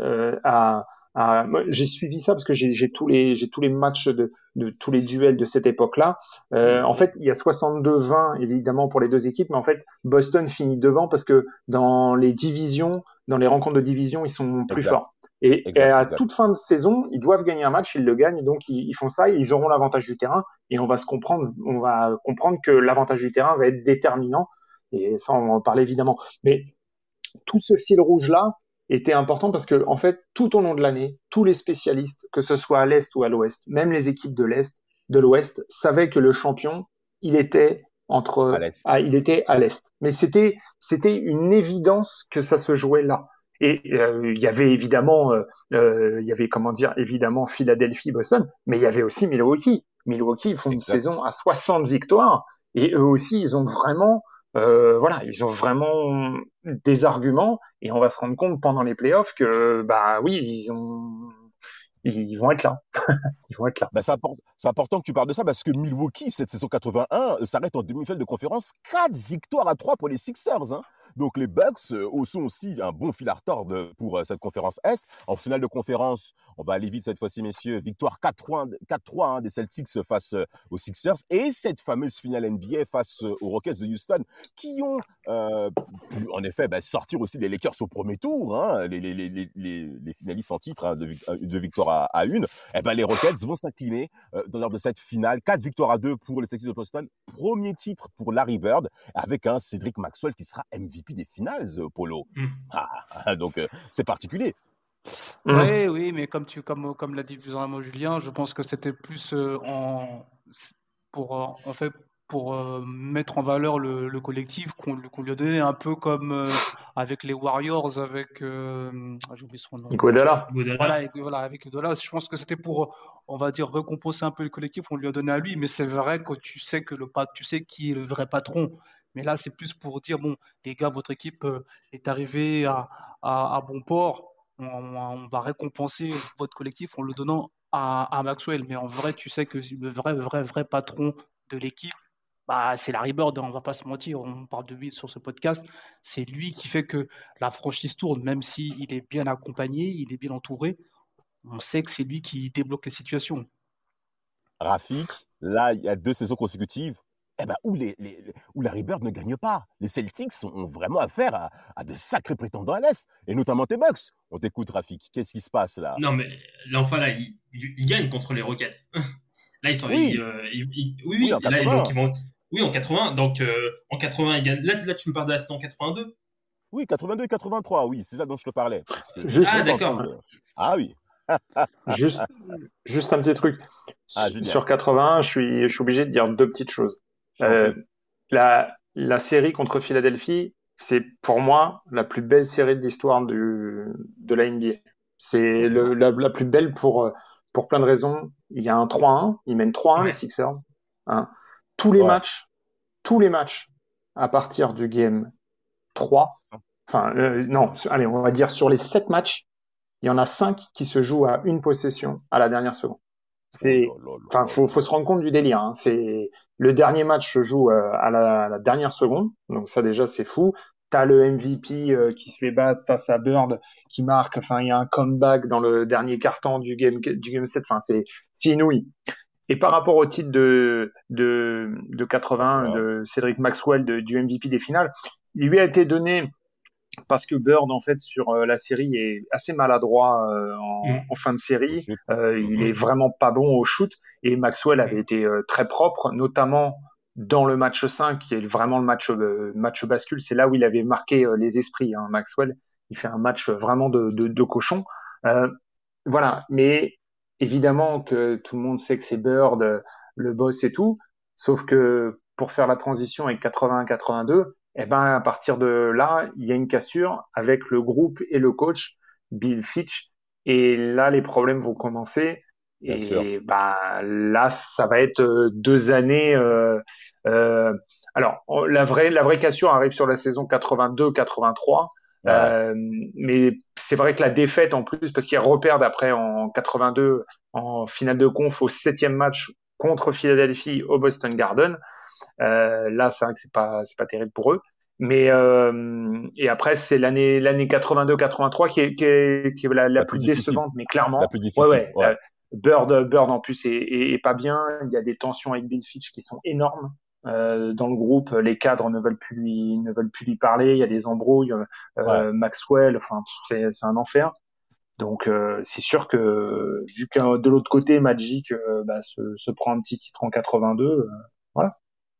moi, j'ai suivi ça parce que j'ai tous les matchs de tous les duels de cette époque-là. En fait, il y a 62-20 évidemment pour les deux équipes, mais en fait, Boston finit devant parce que dans les divisions, dans les rencontres de division, ils sont plus Exact. forts. Et à Exact. toute fin de saison, ils doivent gagner un match, ils le gagnent, et donc ils font ça, et ils auront l'avantage du terrain, et on va comprendre que l'avantage du terrain va être déterminant, et ça on va en parler évidemment. Mais tout ce fil rouge-là était important parce que, en fait, tout au long de l'année, tous les spécialistes, que ce soit à l'Est ou à l'Ouest, même les équipes de l'Ouest, savaient que le champion, il était À l'Est. il était à l'Est. Mais c'était une évidence que ça se jouait là. Et il y avait évidemment, évidemment Philadelphie, Boston, mais il y avait aussi Milwaukee. Milwaukee, ils font une saison à 60 victoires, et eux aussi, ils ont vraiment ils ont vraiment des arguments, et on va se rendre compte pendant les playoffs que, oui, ils vont être là. Ils vont être là. C'est important que tu parles de ça parce que Milwaukee, cette saison 81, s'arrête en demi-finale de conférence. 4 victoires à 3 pour les Sixers. Hein. Donc les Bucks sont aussi un bon fil à retordre pour cette conférence Est. En finale de conférence, on va aller vite cette fois-ci, messieurs. Victoire 4-3 des Celtics face aux Sixers. Et cette fameuse finale NBA face aux Rockets de Houston qui ont pu en effet sortir aussi les Lakers au premier tour. Hein, les finalistes en titre, hein, de victoire à une. Eh ben, les Rockets vont s'incliner lors de cette finale. 4 victoires à 2 pour les Celtics de Boston. Premier titre pour Larry Bird avec un Cedric Maxwell qui sera MVP des finales, Polo. Donc, c'est particulier. Oui, mais comme l'a dit plus en amont Julien, je pense que c'était plus pour mettre en valeur le collectif qu'on lui a donné, un peu comme avec les Warriors, avec j'ai oublié son nom. Iguodala. Voilà, avec Iguodala. Je pense que c'était pour, on va dire, récompenser un peu le collectif. On lui a donné à lui, mais c'est vrai que tu sais qui est le vrai patron. Mais là, c'est plus pour dire, bon, les gars, votre équipe est arrivée à bon port. On va récompenser votre collectif en le donnant à Maxwell. Mais en vrai, tu sais que le vrai patron de l'équipe, c'est Larry Bird, on va pas se mentir, on parle de lui sur ce podcast. C'est lui qui fait que la franchise tourne, même s'il est bien accompagné, il est bien entouré. On sait que c'est lui qui débloque les situations. Rafik, là, il y a 2 saisons consécutives où Larry Bird ne gagne pas. Les Celtics ont vraiment affaire à de sacrés prétendants à l'Est, et notamment tes Bucks. On t'écoute, Rafik. Qu'est-ce qui se passe là? Non, mais là, enfin, là, ils gagnent contre les Rockets. Là, ils sont. Oui, en 80. Là, donc, ils vont. Oui, en 80. Donc, en 80, ils gagnent. Là, tu me parles de la saison 82? Oui, 82 et 83, oui, c'est ça dont je te parlais. D'accord. Ah oui. Juste un petit truc. Sur 81, je suis obligé de dire 2 petites choses. La série contre Philadelphie, c'est pour moi la plus belle série de l'histoire de la NBA. C'est la plus belle pour plein de raisons. Il y a un 3-1, ils mènent 3-1 les Sixers. Hein. Tous les matchs à partir du game 3, allez, on va dire sur les 7 matchs, il y en a 5 qui se jouent à une possession à la dernière seconde. Faut se rendre compte du délire. Hein. Le dernier match se joue à la dernière seconde, donc ça déjà c'est fou. t'as le MVP qui se fait battre face à Bird, qui marque. Enfin, il y a un comeback dans le dernier quart-temps du game 7. Enfin, c'est inouï. Et par rapport au titre de 81 de Cédric Maxwell du MVP des finales, il lui a été donné parce que Bird, en fait, sur la série est assez maladroit en fin de série. Il est vraiment pas bon au shoot. Et Maxwell avait été très propre, notamment dans le match 5, qui est vraiment le match bascule. C'est là où il avait marqué les esprits, hein, Maxwell. Il fait un match vraiment de cochon. Voilà, mais évidemment que tout le monde sait que c'est Bird, le boss et tout. Sauf que pour faire la transition avec 81-82, eh ben, à partir de là, il y a une cassure avec le groupe et le coach, Bill Fitch. Et là, les problèmes vont commencer. Bien sûr. Et bah, là, ça va être 2 années. Alors, la vraie cassure arrive sur la saison 82-83. Ouais. Mais c'est vrai que la défaite en plus, parce qu'ils reperdent après en 82 en finale de conf au 7e match contre Philadelphie au Boston Garden. Là, c'est vrai que c'est pas terrible pour eux. Mais et après, c'est l'année 82-83 qui est la plus décevante, mais clairement. La plus difficile. Ouais. Bird en plus est pas bien. Il y a des tensions avec Bill Fitch qui sont énormes. Dans le groupe, les cadres ne veulent plus lui parler. Il y a des embrouilles. Maxwell, enfin, c'est un enfer. Donc c'est sûr que vu que de l'autre côté, Magic se prend un petit titre en 82, voilà.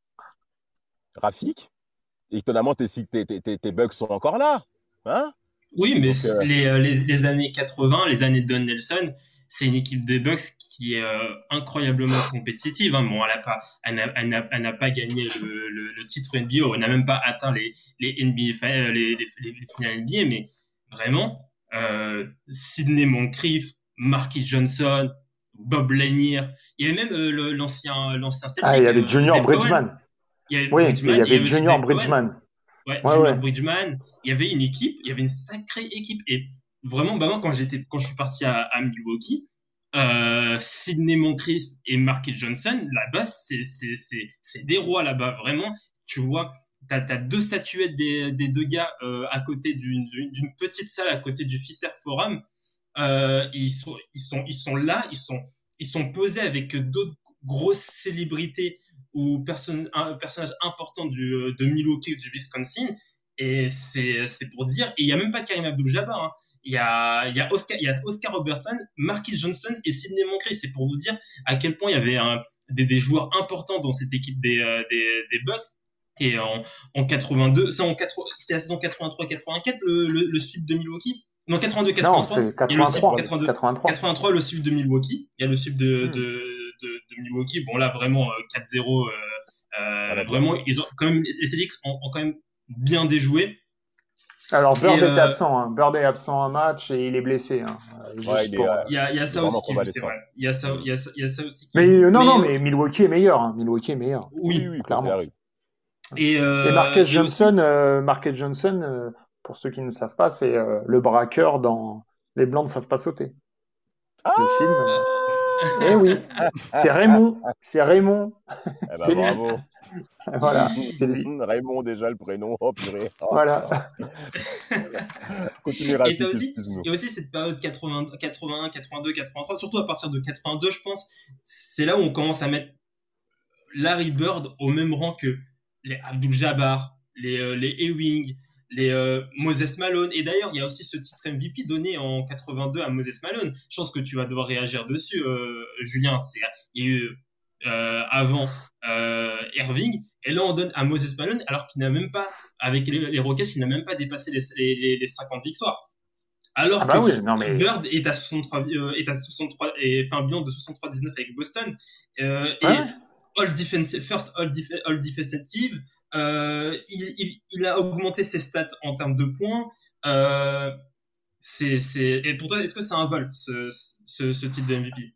Rafik, étonnamment, tes bugs sont encore là, hein? Oui, mais donc, les années 80, les années de Don Nelson, c'est une équipe des Bucks qui est incroyablement compétitive. Hein. Bon, elle n'a pas gagné le titre NBA, elle n'a même pas atteint les NBA, les finales NBA, mais vraiment, Sidney Moncrief, Marquis Johnson, Bob Lanier, il y avait même l'ancien Celtic. Ah, il y avait Junior Bridgman. Il y avait Junior Bridgman. Junior Bridgman. Il y avait une équipe, il y avait une sacrée équipe. Et vraiment, moi, quand je suis parti à Milwaukee, Sidney Moncrief et Marquis Johnson, là-bas, c'est des rois là-bas. Vraiment, tu vois, t'as 2 statuettes des 2 gars à côté d'une petite salle à côté du Fisher Forum. Ils sont là, ils sont posés avec d'autres grosses célébrités ou un personnage important de Milwaukee ou du Wisconsin, et c'est pour dire. Et il y a même pas Kareem Abdul-Jabbar, hein. Il y a Oscar Robertson, Marquis Johnson et Sidney Moncrief. C'est pour vous dire à quel point il y avait des joueurs importants dans cette équipe des Bucks. Et en 82, c'est la saison 83-84 le sweep de Milwaukee. Non, 82-83. Non, c'est 83. Le sweep de Milwaukee. Il y a le sweep de Milwaukee. Bon, là, vraiment, 4-0. Vraiment, ils ont quand même, les Celtics ont quand même bien déjoué. Alors, Bird était absent. Hein. Bird est absent un match et il est blessé. Hein. Il y a ça aussi qui joue, c'est vrai. Il y a ça aussi. Mais mais Milwaukee est meilleur. Hein. Milwaukee est meilleur. Oui, clairement. Et Marquez Johnson, pour ceux qui ne savent pas, c'est le braqueur dans Les Blancs ne savent pas sauter. Le film. Eh oui, c'est Raymond. Eh ben, bravo. Voilà, c'est lui. Raymond, déjà, le prénom. Oh, purée. Oh, voilà. Continue, Rafik, excuse-nous. Et aussi cette période 81, 82, 83, surtout à partir de 82, je pense, c'est là où on commence à mettre Larry Bird au même rang que les Abdul-Jabbar, les Ewing, les Moses Malone. Et d'ailleurs, il y a aussi ce titre MVP donné en 82 à Moses Malone. Je pense que tu vas devoir réagir dessus, Julien. Il y a eu avant Irving, et là on donne à Moses Malone alors qu'il n'a même pas, avec les Rockets, il n'a même pas dépassé les 50 victoires. Alors que Bird est à 63 et fait un bilan de 63-19 avec Boston, et All Defensive. Il a augmenté ses stats en termes de points. Et pour toi, est-ce que c'est un vol, ce type de MVP?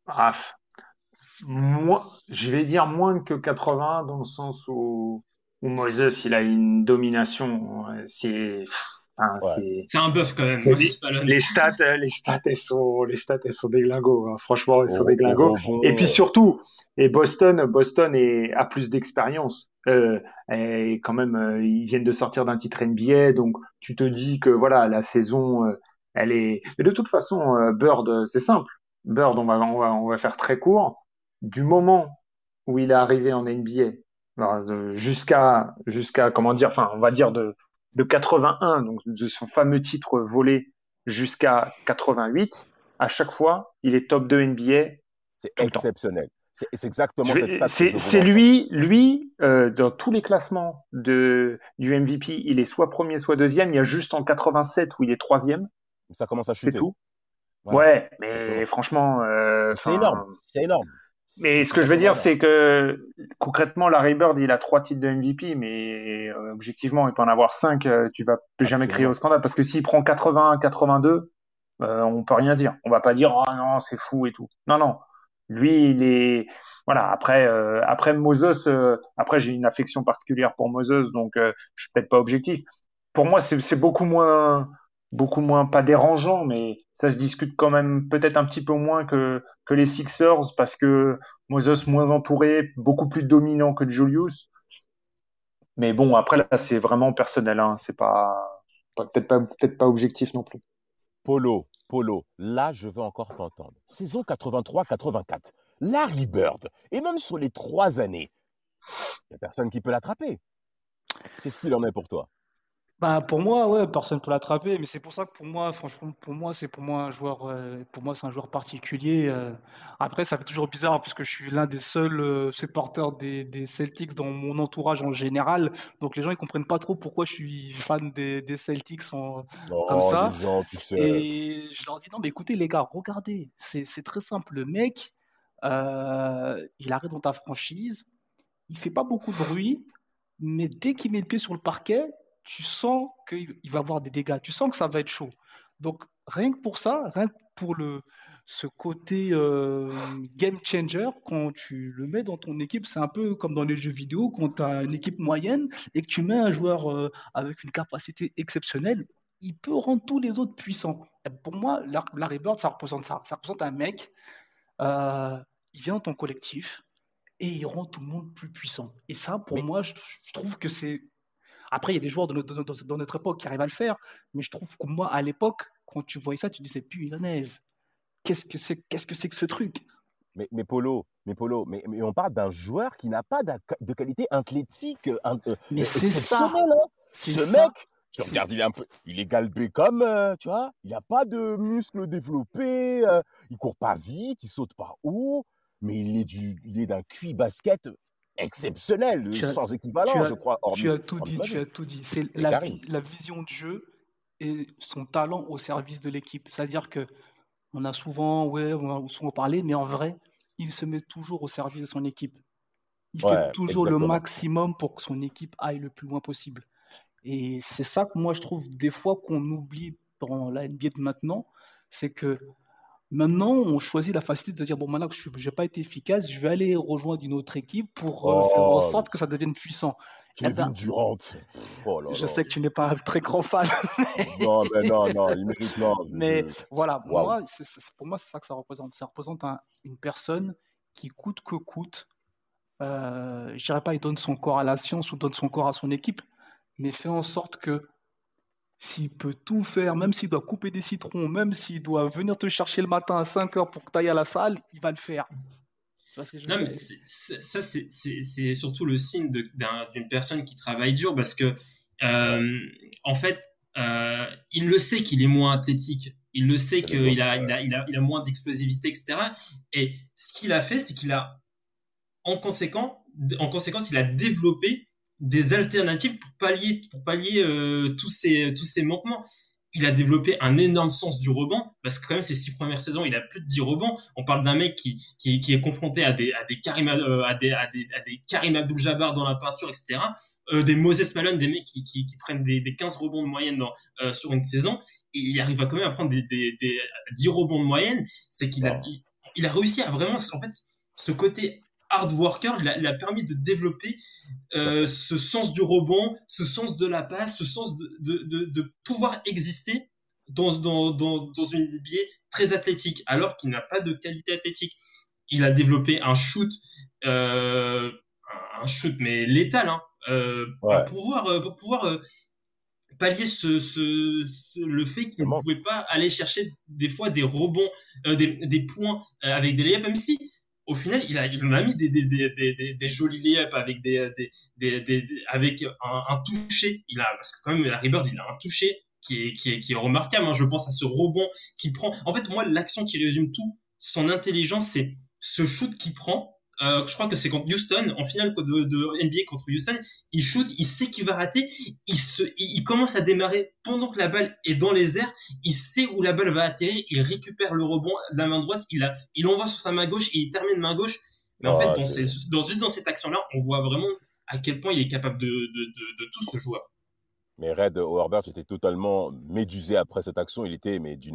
Moi, je vais dire moins que 80, dans le sens où Moses, il a une domination. Hein, Ouais. C'est un bœuf quand même, c'est Moses Malone. les stats, elles sont déglingos. Hein. Franchement, elles sont Au déglingos. Et puis rebond, surtout, Boston a plus d'expérience. Et quand même, ils viennent de sortir d'un titre NBA, donc tu te dis que voilà, la saison, elle est. Mais de toute façon, Bird, c'est simple. Bird, on va faire très court. Du moment où il est arrivé en NBA, alors, jusqu'à comment dire, enfin, on va dire de 81, donc de son fameux titre volé jusqu'à 88, à chaque fois, il est top 2 NBA c'est tout le temps. exceptionnel. C'est exactement cette stat que je voulais C'est entendre. lui, dans tous les classements du MVP, il est soit premier, soit deuxième. Il y a juste en 87 où il est troisième, Ça commence à c'est chuter. tout. Ouais, Ouais, mais exactement. franchement, Mais c'est énorme. C'est énorme. mais C'est ce tout que je veux simplement dire, énorme. c'est que concrètement, Larry Bird, il a 3 titres de MVP, mais objectivement, il peut en avoir 5. Tu vas plus jamais crier au Absolument. scandale parce que s'il prend 81, 82, on peut rien dire. On va pas dire oh non, c'est fou et tout. Non, non. Lui, il est voilà. Après Moses, après j'ai une affection particulière pour Moses, donc je suis peut-être pas objectif. Pour moi, c'est beaucoup moins pas dérangeant, mais ça se discute quand même peut-être un petit peu moins que les Sixers parce que Moses moins entouré, beaucoup plus dominant que Julius. Mais bon, après là, c'est vraiment personnel, hein. C'est peut-être pas objectif non plus. Polo, là, je veux encore t'entendre. Saison 83-84, Larry Bird, et même sur les 3 années, il n'y a personne qui peut l'attraper. Qu'est-ce qu'il en est pour toi? Bah, pour moi, ouais, personne peut l'attraper, mais c'est pour ça que pour moi, franchement, pour moi un joueur, pour moi, c'est un joueur particulier. Après, ça fait toujours bizarre parce que je suis l'un des seuls supporters des Celtics dans mon entourage en général. Donc les gens ils comprennent pas trop pourquoi je suis fan des Celtics comme Oh, les ça. gens, tu sais. Et je leur dis non, mais écoutez les gars, regardez, c'est très simple. Le mec, il arrive dans ta franchise, il fait pas beaucoup de bruit, mais dès qu'il met le pied sur le parquet, tu sens qu'il va avoir des dégâts, tu sens que ça va être chaud. Donc, rien que pour ça, rien que pour ce côté game changer, quand tu le mets dans ton équipe, c'est un peu comme dans les jeux vidéo, quand tu as une équipe moyenne et que tu mets un joueur avec une capacité exceptionnelle, il peut rendre tous les autres puissants. Et pour moi, Larry Bird, ça représente ça. Ça représente un mec, euh, il vient dans ton collectif, et il rend tout le monde plus puissant. Et ça, pour Mais, moi, je trouve que c'est. Après, il y a des joueurs dans notre époque qui arrivent à le faire, mais je trouve que moi, à l'époque, quand tu voyais ça, tu disais, punaise, qu'est-ce que c'est que ce truc? mais on parle d'un joueur qui n'a pas de qualité athlétique Mais c'est ça, exceptionnelle. Hein. c'est Ce ça, mec, tu c'est regardes, il est galbé comme, tu vois, il n'a pas de muscles développés, il court pas vite, il saute pas haut, mais il est d'un QI basket exceptionnel, tu as, sans tu équivalent, as, je crois, tu as tout hormis dit, tu Magic as tout dit. C'est et Karim. la vision de jeu et son talent au service de l'équipe. C'est-à-dire que on a souvent, ouais, on a souvent parlé, mais en vrai, il se met toujours au service de son équipe. Il fait Ouais, toujours le exactement. maximum pour que son équipe aille le plus loin possible. Et c'est ça que moi je trouve des fois qu'on oublie dans la NBA de maintenant, c'est que maintenant on choisit la facilité de se dire bon maintenant que je n'ai pas été efficace, je vais aller rejoindre une autre équipe pour faire en Oh, sorte que ça devienne puissant. Eh Kevin ben, Durant. Oh là je là. sais que tu n'es pas un très grand fan, Non, mais non, il mérite, non. mais voilà, Waouh. pour moi c'est ça que ça représente. Ça représente une personne qui coûte que coûte, je dirais pas il donne son corps à la science ou donne son corps à son équipe, mais fait en sorte que s'il peut tout faire, même s'il doit couper des citrons, même s'il doit venir te chercher le matin à 5 heures pour que tu ailles à la salle, il va le faire. Tu vois ce que je veux Non, dire? mais ça, c'est surtout le signe d'une personne qui travaille dur parce que, Ouais, en fait, il le sait qu'il est moins athlétique. Il le sait que les autres. Ouais. il a moins d'explosivité, etc. Et ce qu'il a fait, c'est qu'il a, en conséquence, il a développé des alternatives pour pallier tous ces manquements. Il a développé un énorme sens du rebond parce que quand même ces 6 premières saisons, il a plus de 10 rebonds. On parle d'un mec qui est confronté à des Karim Abdul-Jabbar dans la peinture, etc. Des Moses Malone, des mecs qui prennent des 15 rebonds de moyenne sur une saison. Et il arrive quand même à prendre des 10 rebonds de moyenne. C'est qu'il a, Non. il a réussi à vraiment, en fait, ce côté hard worker, il a permis de développer ce sens du rebond, ce sens de la passe, ce sens de pouvoir exister dans une NBA très athlétique, alors qu'il n'a pas de qualité athlétique. Il a développé un shoot mais létal, hein, pour pouvoir pallier le fait qu'il ne pouvait pas aller chercher des fois des rebonds, des points avec des layups, même si au final il a mis des jolis layups avec avec un toucher. Parce que quand même Larry Bird, il a un toucher qui est remarquable, hein. Je pense à ce rebond qu'il prend. En fait, moi, l'action qui résume tout, son intelligence, c'est ce shoot qu'il prend. Je crois que c'est contre Houston, en finale de NBA contre Houston. Il shoot, il sait qu'il va rater, il commence à démarrer pendant que la balle est dans les airs, il sait où la balle va atterrir, il récupère le rebond de la main droite, il l'envoie sur sa main gauche et il termine main gauche. Mais en fait, juste dans cette action-là, on voit vraiment à quel point il est capable de tout, ce joueur. Mais Red Auerbach était totalement médusé après cette action. Il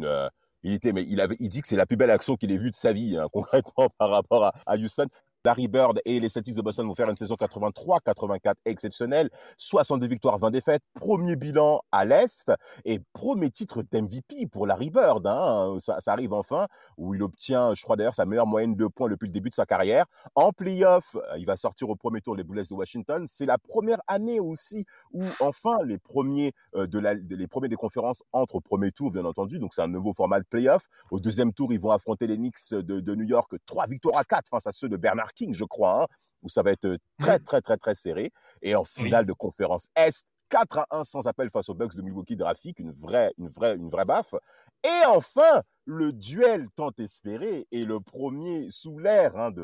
dit que c'est la plus belle action qu'il ait vue de sa vie, hein, concrètement, par rapport à Houston. Larry Bird et les Celtics de Boston vont faire une saison 83-84 exceptionnelle, 62 victoires, 20 défaites, premier bilan à l'Est et premier titre d'MVP pour Larry Bird, hein. Ça arrive enfin, où il obtient, je crois d'ailleurs, sa meilleure moyenne de points depuis le début de sa carrière. En play-off, il va sortir au premier tour les Bullets de Washington. C'est la première année aussi où enfin les premiers des conférences entrent au premier tour, bien entendu. Donc c'est un nouveau format de play-off. Au deuxième tour, ils vont affronter les Knicks de New York, 3 victoires à 4 face à ceux de Bernard King, je crois, hein, où ça va être très, très, très, très serré. Et en finale de conférence Est, 4-1 sans appel face aux Bucks de Milwaukee Graphic, une vraie baffe. Et enfin, le duel tant espéré et le premier sous l'air, hein,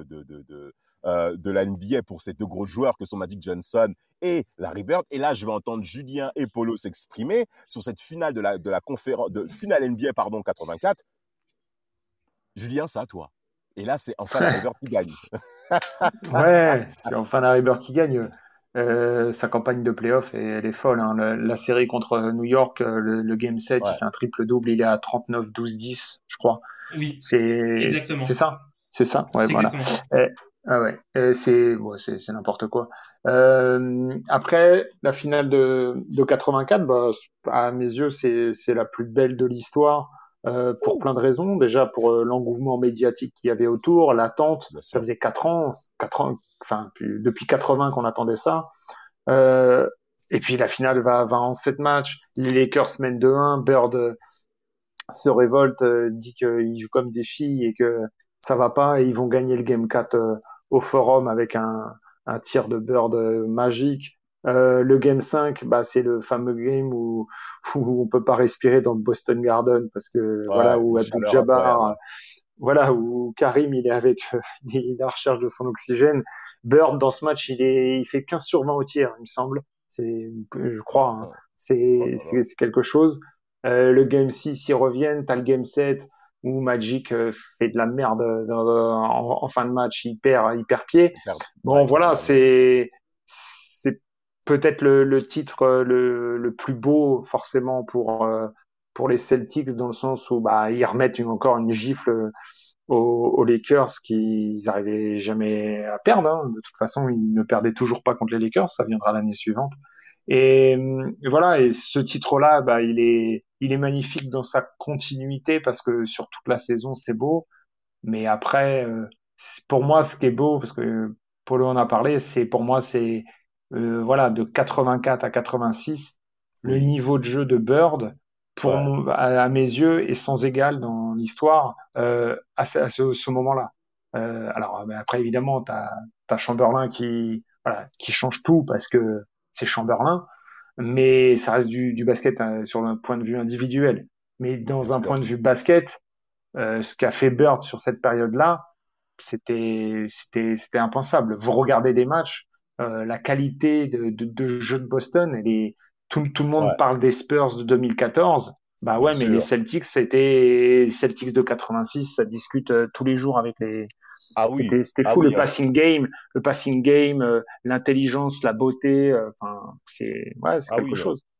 de la NBA pour ces deux gros joueurs que sont Magic Johnson et Larry Bird. Et là, je vais entendre Julien et Polo s'exprimer sur cette finale finale NBA 84. Julien, c'est à toi. Et là, c'est enfin Larry Bird qui gagne. Ouais, c'est enfin Larry Bird qui gagne. Sa campagne de playoff, elle est folle, hein. La série contre New York, le Game 7, il fait un triple-double, il est à 39, 12, 10, je crois. Oui, exactement. C'est ça. Ouais, voilà. C'est n'importe quoi. Après, la finale de 84, à mes yeux, c'est la plus belle de l'histoire. Pour plein de raisons. Déjà pour l'engouement médiatique qu'il y avait autour, l'attente. Ça faisait 4 ans, enfin depuis 80 qu'on attendait ça. Et puis la finale va en 7 matchs. Les Lakers mènent 2-1. Bird se révolte, dit qu'ils jouent comme des filles et que ça va pas. Et ils vont gagner le Game 4 au Forum avec un tir de Bird magique. Le Game 5, c'est le fameux game où on peut pas respirer dans le Boston Garden parce que où Abdul-Jabbar, où Karim il est il est à la recherche de son oxygène. Bird dans ce match il fait 15 sur 20 au tir, il me semble. Je crois, hein. C'est quelque chose. Le Game 6 ils reviennent, t'as le Game 7 où Magic fait de la merde en fin de match, il perd pied. Bon voilà, c'est peut-être le titre le plus beau forcément pour les Celtics, dans le sens où ils remettent encore une gifle aux Lakers qu'ils n'arrivaient jamais à perdre, hein. De toute façon, ils ne perdaient toujours pas contre les Lakers, ça viendra l'année suivante. Et voilà, et ce titre-là, il est magnifique dans sa continuité parce que sur toute la saison, c'est beau. Mais après, pour moi, ce qui est beau, parce que Polo en a parlé, pour moi, c'est de 84 à 86, le niveau de jeu de Bird, à mes yeux, est sans égal dans l'histoire à ce moment-là. Alors après, évidemment, t'as Chamberlain qui change tout parce que c'est Chamberlain, mais ça reste du basket sur un point de vue individuel. Mais dans un point de vue basket, ce qu'a fait Bird sur cette période-là, c'était impensable. Vous regardez des matchs, la qualité de jeu de Boston, tout le monde parle des Spurs de 2014. Mais les Celtics, c'était Celtics de 86, ça discute tous les jours avec les. C'était fou, le passing game, l'intelligence, la beauté. C'est quelque chose.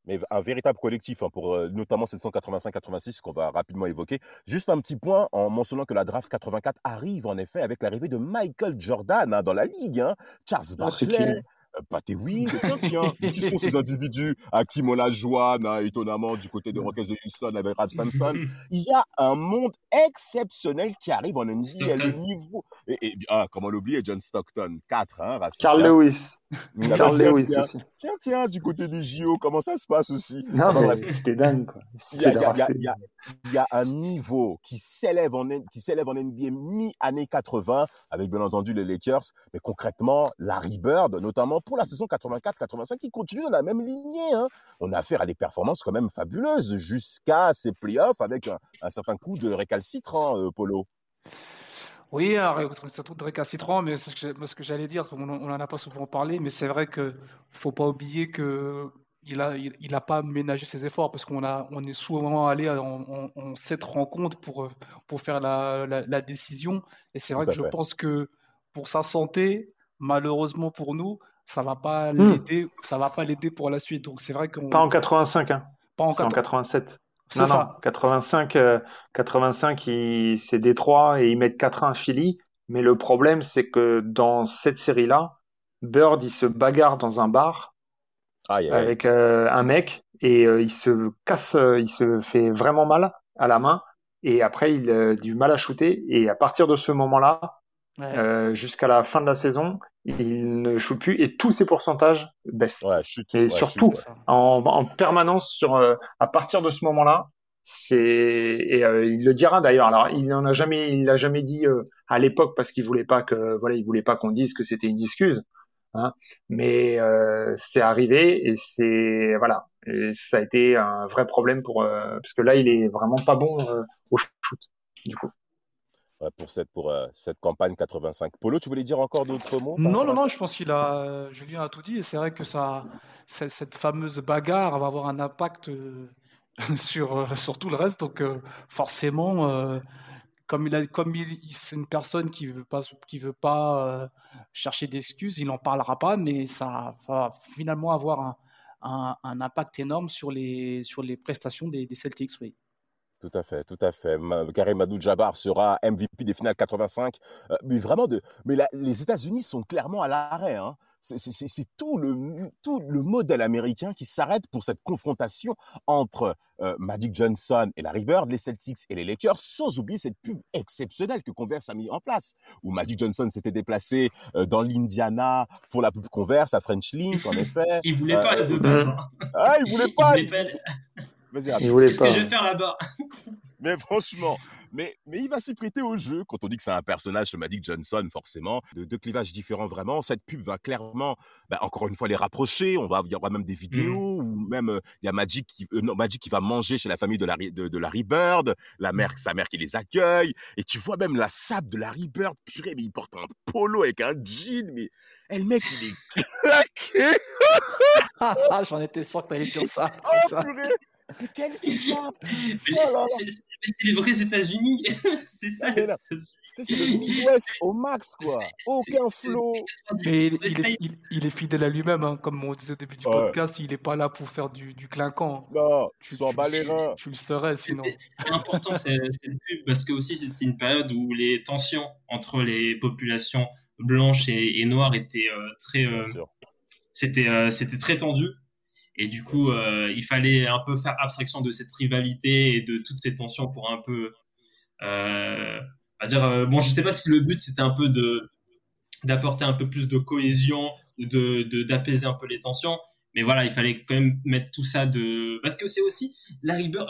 mais un véritable collectif hein, pour notamment cette saison 85-86 qu'on va rapidement évoquer. Juste un petit point en mentionnant que la draft 84 arrive en effet avec l'arrivée de Michael Jordan hein, dans la ligue. Hein. Charles C'est qui, Barkley, lui? Pat Ewing, tiens, qui sont ces individus à qui Olajuwon, hein, étonnamment du côté des Rockets de Houston avec Ralph Sampson. Il y a un monde exceptionnel qui arrive en NBA, le Stockton. niveau. Comment l'oublier, John Stockton, 4, hein, Rafik, Carl hein. Lewis. Carl Lewis aussi. Tiens, du côté des JO, comment ça se passe aussi? Non, Enfin, mais bref, c'était dingue, quoi. Il se il y a, fait il y a- il y a- drafter. il y a- il y a un niveau qui s'élève en NBA mi-année 80, avec bien entendu les Lakers, mais concrètement, Larry Bird, notamment pour la saison 84-85, qui continue dans la même lignée. Hein. On a affaire à des performances quand même fabuleuses jusqu'à ces playoffs avec un certain coup de récalcitrant, Polo. Oui, c'est un truc de récalcitrant, mais c'est ce que j'allais dire, on n'en a pas souvent parlé, mais c'est vrai que faut pas oublier que il a pas ménagé ses efforts parce on est souvent allé en cette rencontre pour faire la décision. Et c'est Tout vrai que à je fait. pense que pour sa santé, malheureusement pour nous, Hmm. ça va pas l'aider pour la suite. Donc c'est vrai Pas en 85, hein. pas en C'est en 4 87. c'est Non, ça. 85, 85 c'est Détroit et ils mettent 4-1 Philly. Mais le problème, c'est que dans cette série-là, Bird, il se bagarre dans un bar Aïe, aïe, aïe. avec un mec et il se casse, il se fait vraiment mal à la main et après il a du mal à shooter et à partir de ce moment-là, Ouais. jusqu'à la fin de la saison, il ne shoot plus et tous ses pourcentages baissent. Ouais, chute. Et Ouais, chute. surtout, Ouais. Ça. en permanence à partir de ce moment-là, il le dira d'ailleurs. Alors il l'a jamais dit à l'époque parce qu'il voulait pas il voulait pas qu'on dise que c'était une excuse. Hein, mais c'est arrivé et et ça a été un vrai problème parce que là il est vraiment pas bon au shoot du coup. Ouais, pour cette campagne 85. Polo, tu voulais dire encore d'autres mots par Non, rapport non, à non, ça? je pense Julien a tout dit, et c'est vrai que cette fameuse bagarre va avoir un impact sur tout le reste, donc forcément, c'est une personne qui veut pas chercher d'excuses, il n'en parlera pas, mais ça va finalement avoir un impact énorme sur les prestations des Celtics, oui. Tout à fait, tout à fait. Karim Abdul-Jabbar sera MVP des finales 85. Mais vraiment, les États-Unis sont clairement à l'arrêt. Hein. C'est tout le modèle américain qui s'arrête pour cette confrontation entre Magic Johnson et Larry Bird, les Celtics et les Lakers, sans oublier cette pub exceptionnelle que Converse a mis en place, où Magic Johnson s'était déplacé dans l'Indiana pour la pub Converse à French Link, en effet. Il voulait pas de base. Hein. Il voulait Il pas. voulait pas. Vas-y, Il Rafik. voulait Qu'est-ce que pas. je vais faire là-bas? Mais franchement, mais il va s'y prêter au jeu. Quand on dit que c'est un personnage, je Magic Johnson, forcément, de deux clivages différents vraiment. Cette pub va clairement, encore une fois, les rapprocher. Il y aura même des vidéos, ou même il y a Magic qui va manger chez la famille de Larry Bird, sa mère qui les accueille. Et tu vois même la sable de Larry Bird, purée, mais il porte un polo avec un jean, mais le mec, il est claqué. J'en étais sûr que tu allais dire ça. Oh, Putain. purée. Mais quelle sable. Mais Oh là là. c'est les vrais États-Unis. C'est ça. Non, mais là, c'est le Midwest au max, quoi. Aucun flow. Mais il est fidèle à lui-même, hein. Comme on disait au début du Ouais. podcast, il n'est pas là pour faire du clinquant. Non, Tu, s'en tu, bat les reins. tu le serais sinon. C'était important cette pub parce que aussi c'était une période où les tensions entre les populations blanches et noires étaient très Bien sûr. c'était très tendu et du coup il fallait un peu faire abstraction de cette rivalité et de toutes ces tensions pour un peu on va dire bon je sais pas si le but c'était un peu d'apporter un peu plus de cohésion ou d'apaiser un peu les tensions, mais voilà il fallait quand même mettre tout ça parce que c'est aussi Larry Bird.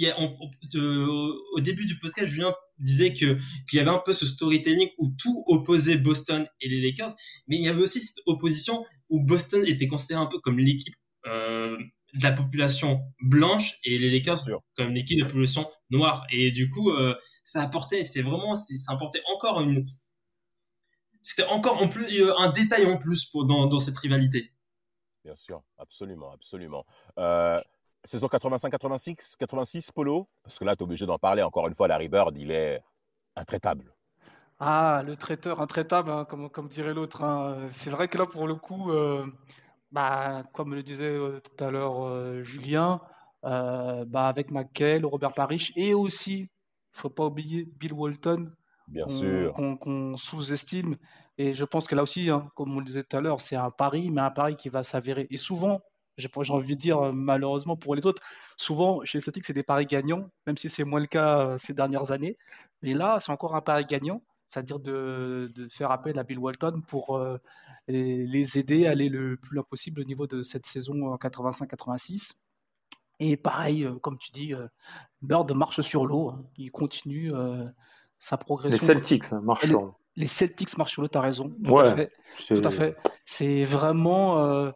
Au début du podcast, Julien disait qu'il y avait un peu ce storytelling où tout opposait Boston et les Lakers, mais il y avait aussi cette opposition où Boston était considéré un peu comme l'équipe de la population blanche et les Lakers comme l'équipe de la population noire. Et du coup, ça apportait encore c'était encore en plus un détail en plus dans cette rivalité. Bien sûr, absolument, absolument. Saison 85-86, 86, Polo, parce que là, tu es obligé d'en parler. Encore une fois, Larry Bird, il est intraitable. Ah, le traiteur intraitable, hein, comme dirait l'autre, hein. C'est vrai que là, pour le coup, Comme le disait tout à l'heure Julien, avec McHale, Robert Parrish et aussi, il ne faut pas oublier Bill Walton Bien sûr. qu'on sous-estime. Et je pense que là aussi, hein, comme on le disait tout à l'heure, c'est un pari, mais un pari qui va s'avérer. Et souvent, j'ai envie de dire malheureusement pour les autres, souvent chez les Celtics, c'est des paris gagnants, même si c'est moins le cas ces dernières années. Mais là, c'est encore un pari gagnant, c'est-à-dire de faire appel à Bill Walton pour les aider à aller le plus loin possible au niveau de cette saison 85-86. Et pareil, comme tu dis, Bird marche sur l'eau, hein. Il continue sa Les progression. Celtics marchent sur l'eau. Les Celtics marchent sur l'eau, tu as raison. Tout Ouais, à fait. Tout à fait. C'est vraiment.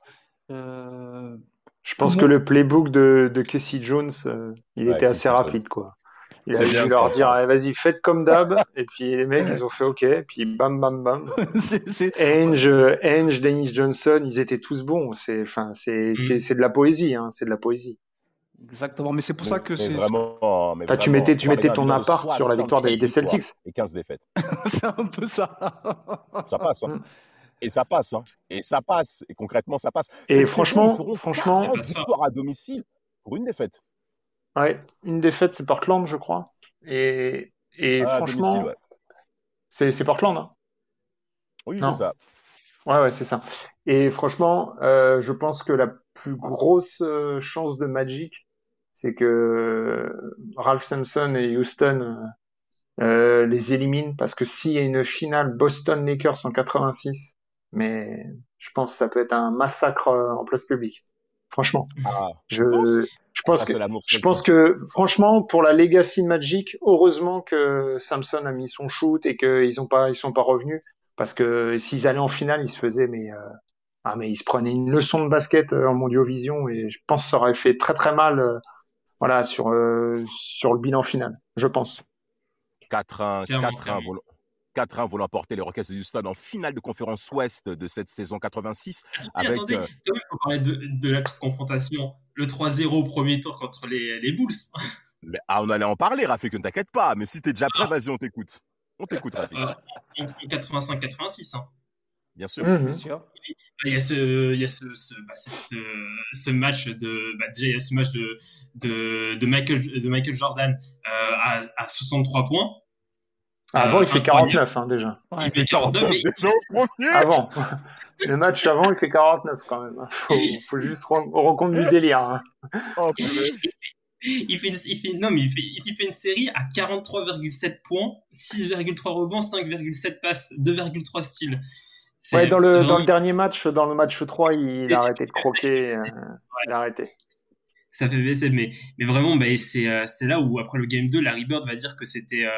Je pense que le playbook de Casey Jones, il était assez Casey rapide, Jones. quoi. Il C'est a bien dû leur que dire, t'en allez, vas-y, faites comme d'hab. Et puis les mecs, ils ont fait OK. Et puis bam, bam, bam. Ainge, Dennis Johnson, ils étaient tous bons. C'est de la poésie, hein. C'est de la poésie. Exactement. Mais c'est pour ça que Mais c'est. vraiment, mais Enfin, tu vraiment, mettais on ton parle appart sur la victoire des 67 Celtics. et 15 défaites. C'est un peu ça. Ça passe, hein. Mm. Et ça passe, hein. Et ça passe. Et concrètement, ça passe. Et Cette franchement, saison, ils feront 40 victoires à domicile pour une défaite. ouais, une défaite, c'est Portland, je crois. Et À franchement, domicile, ouais. c'est Portland, hein. Oui, Non. c'est ça. Ouais, c'est ça. Et franchement, je pense que la plus grosse chance de Magic, c'est que Ralph Sampson et Houston les éliminent, parce que s'il y a une finale Boston-Lakers en 86, mais je pense que ça peut être un massacre en place publique. Franchement. Ah, Je pense ça, que c'est l'amour je pense Celtic. que franchement pour la legacy de Magic, heureusement que Samson a mis son shoot et qu'ils sont pas revenus, parce que s'ils allaient en finale, ils se faisaient mais ils se prenaient une leçon de basket en Mondiovision, et je pense que ça aurait fait très très mal voilà sur le bilan final, je pense. 4-1, Clairement, 4-1 clairement. vont 4-1 vont l'emporter les Rockets de Houston en finale de conférence Ouest de cette saison 86 avec Attendez, quand même, faut parler de la petite confrontation. Le 3-0 au premier tour contre les Bulls. on allait en parler, Rafik, ne t'inquiète pas, mais si t'es déjà prêt, vas-y, on t'écoute. On t'écoute, Rafik. En 85-86. Hein. Bien sûr. Bien sûr. Il y a ce match déjà il y a ce match de Michael Jordan à 63 points. Avant, il fait 49 déjà. Il fait 49, mais Déjà au premier. Avant. Le match avant, il fait 49 quand même. Faut juste rendre compte du délire. Hein. Oh, purée. il fait une série à 43,7 points, 6,3 rebonds, 5,7 passes, 2,3 steals. Ouais, dans le dernier match, dans le match 3, il a arrêté de croquer. Il a arrêté. Ça fait baisser, mais vraiment, c'est là où, après le game 2, Larry Bird va dire que c'était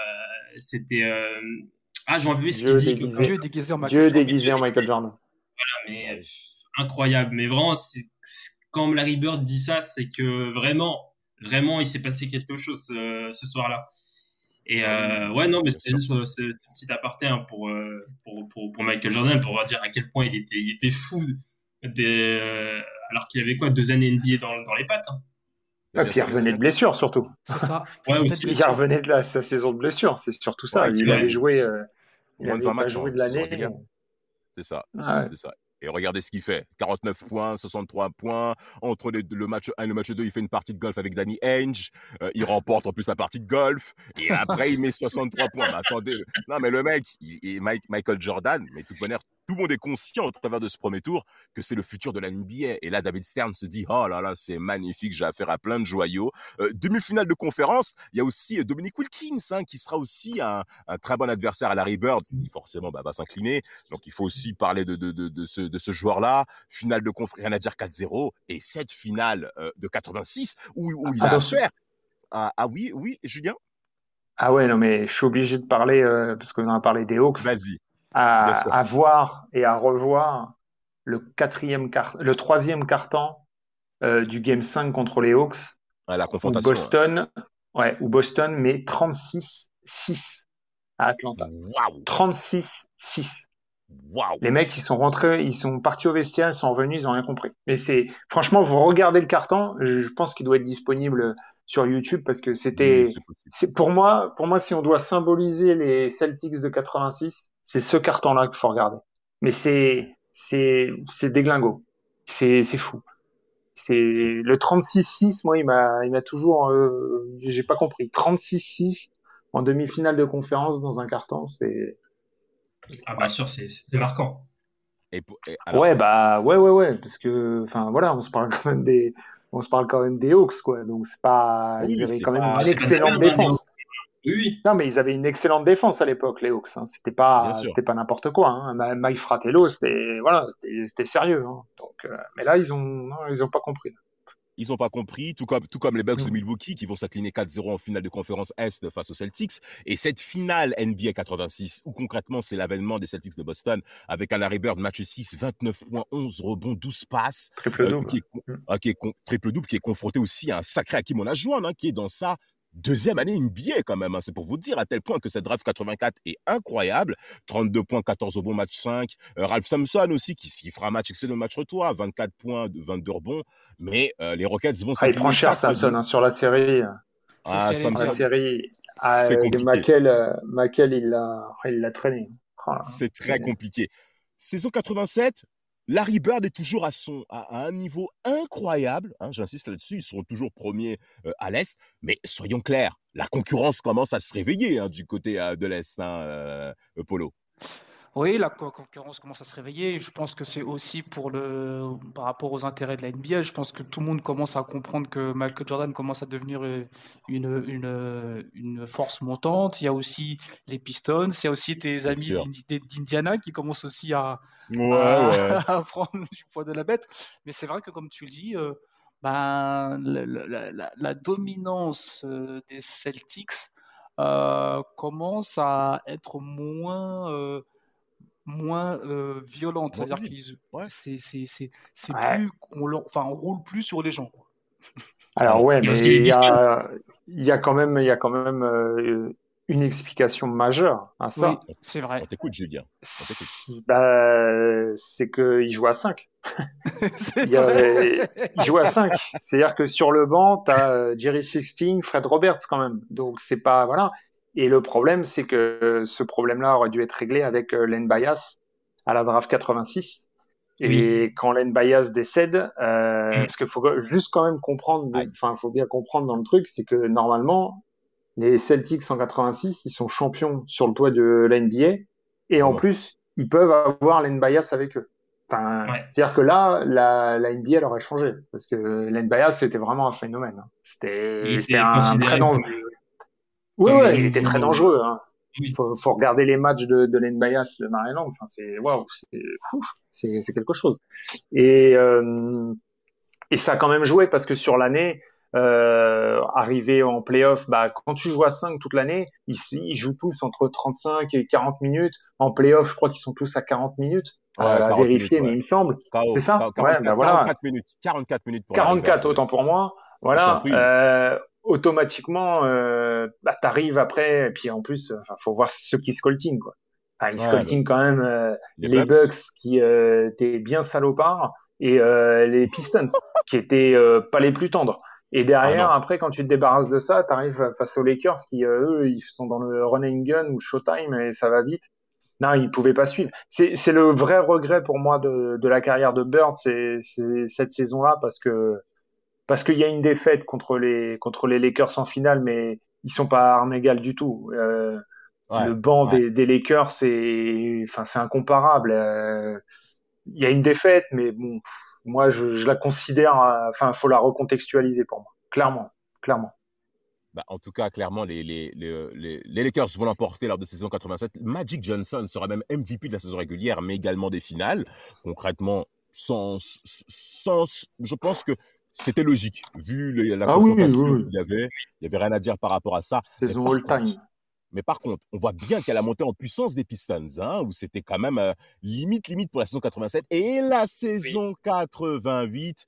j'en ai vu ce qu'il dit. Dieu déguisé en Michael Jordan. Voilà, mais incroyable. Mais vraiment, quand Larry Bird dit ça, c'est que vraiment, il s'est passé quelque chose ce soir-là. Et ouais, non, mais c'était juste ce petit aparté hein, pour Michael Jordan, pour dire à quel point il était fou alors qu'il avait 2 années NBA dans les pattes. Hein. Et puis il revenait de blessure surtout. C'est ça. Ouais, aussi. Il revenait de sa saison de blessure, c'est surtout ça. Ouais, il avait joué, il moins de avait 20 pas matchs joué de en saison l'année. régulière. C'est ça. Ah ouais. C'est ça. Et regardez ce qu'il fait. 49 points, 63 points. Entre le match 1 et le match 2, il fait une partie de golf avec Danny Ainge. Il remporte en plus la partie de golf. Et après, il met 63 points. Mais attendez. Non, mais le mec, Michael Jordan, mais de toute manière, tout le monde est conscient au travers de ce premier tour que c'est le futur de la NBA. Et là, David Stern se dit, oh là là, c'est magnifique, j'ai affaire à plein de joyaux. Demi-finale de conférence, il y a aussi Dominique Wilkins, hein, qui sera aussi un très bon adversaire à Larry Bird. Il forcément va s'incliner. Donc, il faut aussi parler de ce joueur-là. Finale de conférence, rien à dire 4-0. Et cette finale de 86, où il a affaire. Ah oui, Julien? Ah ouais, non, mais je suis obligé de parler, parce qu'on a parlé des Hawks. Vas-y. À voir et à revoir le troisième quart-temps du Game 5 contre les Hawks, la confrontation, où Boston met 36-6 à Atlanta. Wow. 36-6. Wow. Les mecs, ils sont rentrés, ils sont partis au vestiaire, ils sont revenus, ils ont rien compris. Mais franchement, vous regardez le carton, je pense qu'il doit être disponible sur YouTube, parce que pour moi, si on doit symboliser les Celtics de 86, c'est ce carton-là qu'il faut regarder. Mais c'est déglingo. C'est fou. C'est le 36-6, moi, il m'a toujours, j'ai pas compris. 36-6 en demi-finale de conférence dans un carton, c'est. Ah, bien sûr, c'est marquant. Alors, Ouais, bah, ouais, parce que, enfin, voilà, on se parle quand même des Hawks, quoi. Donc, c'est pas, oui, ils avaient c'est quand même pas, une C'est pas de la excellente merde, hein, défense. Oui, oui. Non, mais ils avaient une excellente défense à l'époque, les Hawks, hein. bien sûr. C'était pas n'importe quoi, hein. Mike Fratello, c'était sérieux, hein. Donc, mais là, non, ils ont pas compris. Ils n'ont pas compris, tout comme les Bucks de Non. Milwaukee qui vont s'incliner 4-0 en finale de conférence Est face aux Celtics. Et cette finale NBA 86, où concrètement c'est l'avènement des Celtics de Boston, avec un Larry Bird, match 6, 29 points, 11 rebonds, 12 passes, Triple-double. triple-double, qui est confronté aussi à un sacré Hakim Olajuwon, qui est dans sa deuxième année NBA quand même. C'est pour vous dire à tel point que cette draft 84 est incroyable. 32 points, 14 rebonds, match 5. Ralph Sampson aussi qui fera un match excellent au match retour, 24 points, 22 rebonds. Mais les Rockets vont Ah, il prend cher, 4-2. Samson, hein, sur la série. C'est ce Sur la Samson, série, c'est compliqué. Maquel, il l'a traîné. Oh là, C'est très compliqué. Saison 87, Larry Bird est toujours à un niveau incroyable. J'insiste là-dessus, ils seront toujours premiers à l'Est. Mais soyons clairs, la concurrence commence à se réveiller du côté de l'Est, Polo. Oui, la concurrence commence à se réveiller. Je pense que c'est aussi par rapport aux intérêts de la NBA. Je pense que tout le monde commence à comprendre que Michael Jordan commence à devenir une force montante. Il y a aussi les Pistons. Il y a aussi tes Bien amis sûr. d'Indiana qui commencent aussi à Ouais. à prendre du poids de la bête. Mais c'est vrai que, comme tu le dis, ben, la dominance des Celtics commence à être moins violente. Moins C'est-à-dire visible. Ouais. c'est Ouais. plus, on roule plus sur les gens, quoi. Alors Alors, ouais, Il y a mais aussi les Pistons. il y a quand même une explication majeure à Oui, ça. c'est vrai. on t'écoute, Julien. On t'écoute. C'est qu'il joue à 5. C'est Il vrai. joue à 5. C'est-à-dire que sur le banc, t'as Jerry Sixteen, Fred Roberts quand même. Donc c'est pas, voilà. Et le problème, c'est que ce problème-là aurait dû être réglé avec Len Bias à la draft 86. Oui. Et quand Len Bias décède, Mm. parce qu'il faut juste quand même comprendre, Aïe. enfin, faut bien comprendre dans le truc, c'est que normalement, les Celtics en 86, ils sont champions sur le toit de la NBA, et en Vraiment. plus, ils peuvent avoir Len Bias avec eux. Enfin, Ouais. c'est-à-dire que là, la NBA, elle aurait changé, parce que Len Bias, c'était vraiment un phénomène. Il C'était était un considéré très dangereux. comme le Ouais, il était très nouveau. dangereux, hein. Oui. Faut regarder les matchs de Len Bias, de Maryland. Enfin, c'est waouh, c'est fou, c'est quelque chose. Et ça a quand même joué parce que sur l'année, arrivé en playoff, bah, quand tu joues à 5 toute l'année, ils jouent tous entre 35 et 40 minutes. En playoff, je crois qu'ils sont tous à 40 minutes. Ouais, À 40 vérifier, minutes, mais ouais. il me semble. C'est ça? 44, Ouais, bah voilà. 44 minutes. 44 minutes pour Larry Bird. 44, autant pour moi. Je t'en Voilà. prie. Automatiquement, bah, t'arrives après, et puis en plus, faut voir ceux qui scolting, quoi. Enfin, ils Ouais, scolting quand même les les Bucks. Bucks qui étaient bien salopards et les Pistons qui étaient pas les plus tendres. Et derrière, non. après, quand tu te débarrasses de ça, t'arrives face aux Lakers qui, eux, ils sont dans le run and gun ou showtime et ça va vite. Non, ils pouvaient pas suivre. C'est le vrai regret pour moi de la carrière de Bird, c'est cette saison-là parce qu'il y a une défaite contre les Lakers en finale, mais ils sont pas à armes égales du tout. Ouais, Le banc ouais. des Lakers, c'est incomparable. Il y a une défaite, mais bon, moi je la considère, enfin, faut la recontextualiser pour moi, clairement. Bah, en tout cas, clairement, les Lakers vont l'emporter lors de saison 87. Magic Johnson sera même MVP de la saison régulière, mais également des finales. Concrètement, je pense que c'était logique, vu la Ah oui, confrontation oui. qu'il y avait. Il n'y avait rien à dire par rapport à ça. Saison all-time. Mais par contre, on voit bien qu'à la montée en puissance des Pistons, où c'était quand même limite pour la saison 87. Et la saison 88,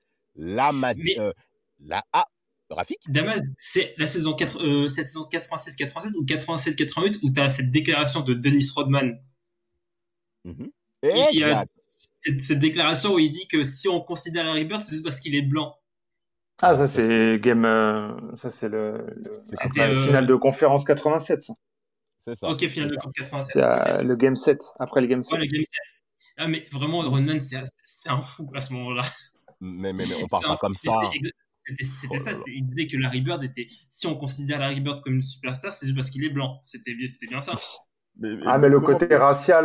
Rafik, Damas, c'est la saison cette saison 86-87 ou 87-88 où tu as cette déclaration de Dennis Rodman. Exact. Il y a cette déclaration où il dit que si on considère Larry Bird, c'est juste parce qu'il est blanc. Ah, ça c'est game, ça c'est après, finale de conférence 87. Ça. C'est ça. Ok, finale de conférence 87. C'est le game 7, après le game 7. Ouais, le game 7. Ah, mais vraiment, Rodman, c'est un fou à ce moment-là. Mais on parle pas comme ça. C'était ça. Il disait que Larry Bird était. Si on considère Larry Bird comme une superstar, c'est juste parce qu'il est blanc. C'était bien ça. Mais le côté racial,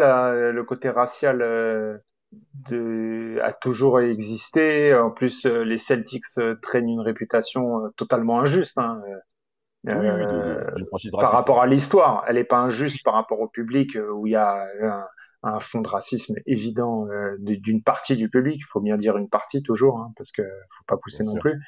a toujours existé. En plus, les Celtics traînent une réputation totalement injuste. Oui, d'une franchise par raciste. rapport à l'histoire. Elle n'est pas injuste par rapport au public, où il y a un fond de racisme évident d'une partie du public. Il faut bien dire une partie toujours, parce que faut pas pousser non plus.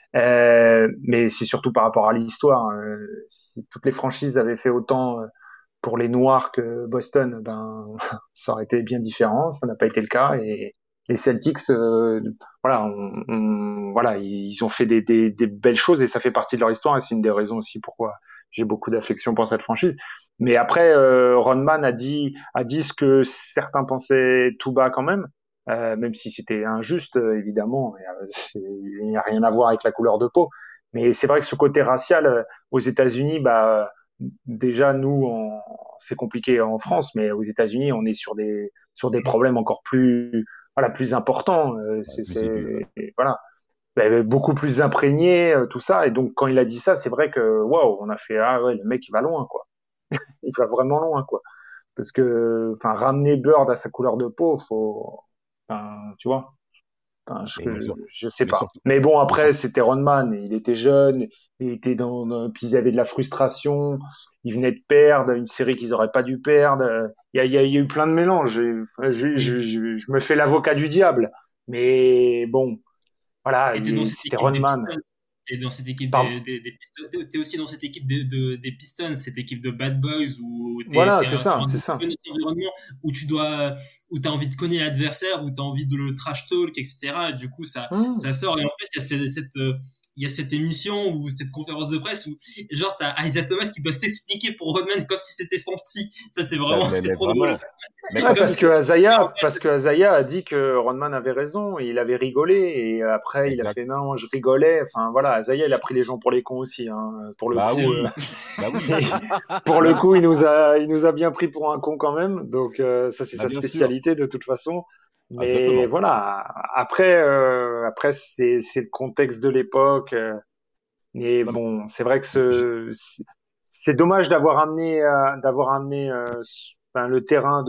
Mais c'est surtout par rapport à l'histoire. Si toutes les franchises avaient fait autant pour les Noirs que Boston, ça aurait été bien différent. Ça n'a pas été le cas. Et les Celtics, voilà, ils ont fait des belles choses et ça fait partie de leur histoire. Et c'est une des raisons aussi pourquoi j'ai beaucoup d'affection pour cette franchise. Mais après, Rodman a dit ce que certains pensaient tout bas quand même si c'était injuste, évidemment. Il n'y a rien à voir avec la couleur de peau. Mais c'est vrai que ce côté racial aux États-Unis, déjà nous, c'est compliqué en France, mais aux États-Unis, on est sur des problèmes encore plus importants. Voilà, beaucoup plus imprégné, tout ça. Et donc quand il a dit ça, c'est vrai que waouh, on a fait le mec il va loin quoi. Il va vraiment loin quoi. Parce que ramener Bird à sa couleur de peau, tu vois. Je sais pas. Mais bon, après, c'était Rodman. Il était jeune. Il était puis ils avaient de la frustration. Ils venaient de perdre une série qu'ils auraient pas dû perdre. Il y a eu plein de mélanges. Je me fais l'avocat du diable. Mais bon, voilà, c'était Rodman. T'es dans cette équipe des Pistons. T'es aussi dans cette équipe des Pistons, cette équipe de bad boys où c'est ça. Où où t'as envie de cogner l'adversaire, où t'as envie de le trash talk, etc. Et du coup, ça sort. Et en plus, il y a cette émission ou cette conférence de presse où, genre, t'as Isaiah Thomas qui doit s'expliquer pour Rodman comme si c'était son petit. Ça, c'est vraiment, c'est trop drôle. Parce que Isaiah a dit que Rodman avait raison, et il avait rigolé, et après, il a fait non, je rigolais. Enfin, voilà, Isaiah, il a pris les gens pour les cons aussi, pour le coup. Pour le coup, il nous a bien pris pour un con quand même. Donc, ça, c'est sa spécialité de toute façon. Mais exactement. Voilà. Après, c'est le contexte de l'époque. Mais bon, c'est vrai que c'est dommage d'avoir amené le terrain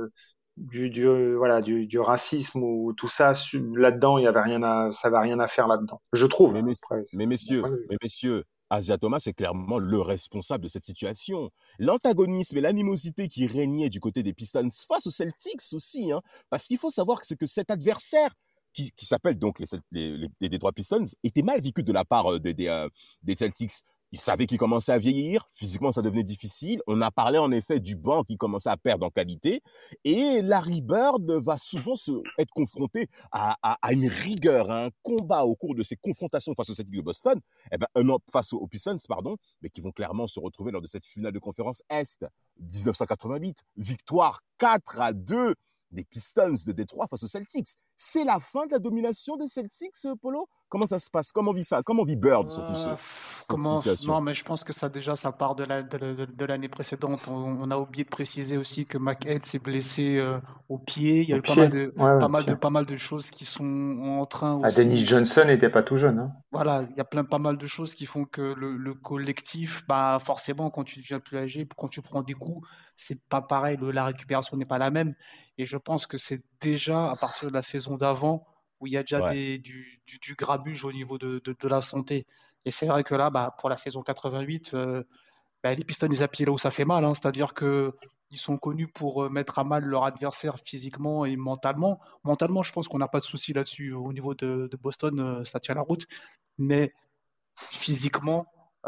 du racisme ou tout ça là-dedans. Ça va rien à faire là-dedans. Je trouve. Mais messieurs, Isaiah Thomas est clairement le responsable de cette situation. L'antagonisme et l'animosité qui régnait du côté des Pistons face aux Celtics aussi, parce qu'il faut savoir que cet adversaire qui s'appelle donc les Detroit Pistons était mal vécu de la part des Celtics. Ils savaient qu'ils commençaient à vieillir, physiquement ça devenait difficile. On a parlé en effet du banc qui commençait à perdre en qualité. Et Larry Bird va souvent être confronté à une rigueur, à un combat au cours de ces confrontations face aux Celtics de Boston, face aux Pistons, mais qui vont clairement se retrouver lors de cette finale de conférence Est 1988. Victoire 4-2 des Pistons de Détroit face aux Celtics. C'est la fin de la domination des Celtics, Polo ? Comment ça se passe ? Comment vit ça ? Comment vit Bird surtout cette situation ? Non, mais je pense que ça part de l'année précédente. On a oublié de préciser aussi que McHale s'est blessé au pied. Il y a eu pas mal de choses qui sont en train aussi. Dennis Johnson n'était pas tout jeune. Voilà, il y a pas mal de choses qui font que le collectif, forcément, quand tu deviens plus âgé, quand tu prends des coups, c'est pas pareil. La récupération n'est pas la même. Et je pense que c'est déjà à partir de la saison d'avant où il y a déjà du grabuge au niveau de la santé. Et c'est vrai que là, pour la saison 88, les Pistons, ils appuient là où ça fait mal. C'est-à-dire qu'ils sont connus pour mettre à mal leur adversaire physiquement et mentalement. Mentalement, je pense qu'on n'a pas de souci là-dessus. Au niveau de Boston, ça tient la route. Mais physiquement,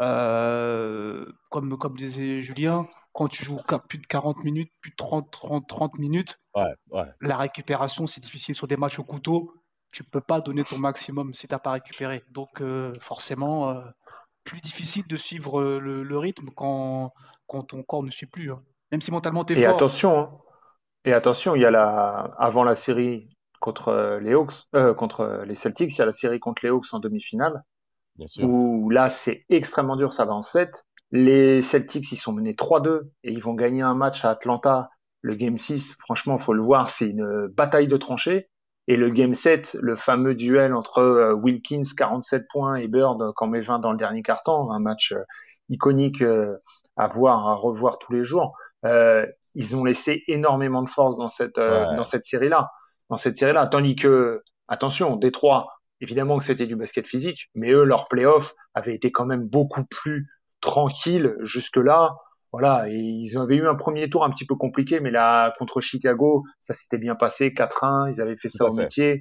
comme disait Julien, quand tu joues plus de 40 minutes, plus de 30 minutes, la récupération, c'est difficile sur des matchs au couteau. Tu peux pas donner ton maximum si tu n'as pas récupéré. Donc forcément, plus difficile de suivre le rythme quand ton corps ne suit plus. Même si mentalement tu es fort. Et attention, il y a avant la série contre les Hawks, contre les Celtics, il y a la série contre les Hawks en demi-finale. Bien sûr. Où là, c'est extrêmement dur, ça va en 7. Les Celtics, ils sont menés 3-2 et ils vont gagner un match à Atlanta le Game 6, franchement, faut le voir, c'est une bataille de tranchées. Et le Game 7, le fameux duel entre Wilkins, 47 points, et Bird, quand met 20 dans le dernier quart-temps, un match iconique à voir, à revoir tous les jours. Ils ont laissé énormément de force dans cette série-là. Tandis que, attention, Détroit, évidemment que c'était du basket physique, mais eux, leur play-off avait été quand même beaucoup plus tranquille jusque-là. Voilà, et ils avaient eu un premier tour un petit peu compliqué, mais là, contre Chicago, ça s'était bien passé, 4-1, ils avaient fait ça au métier.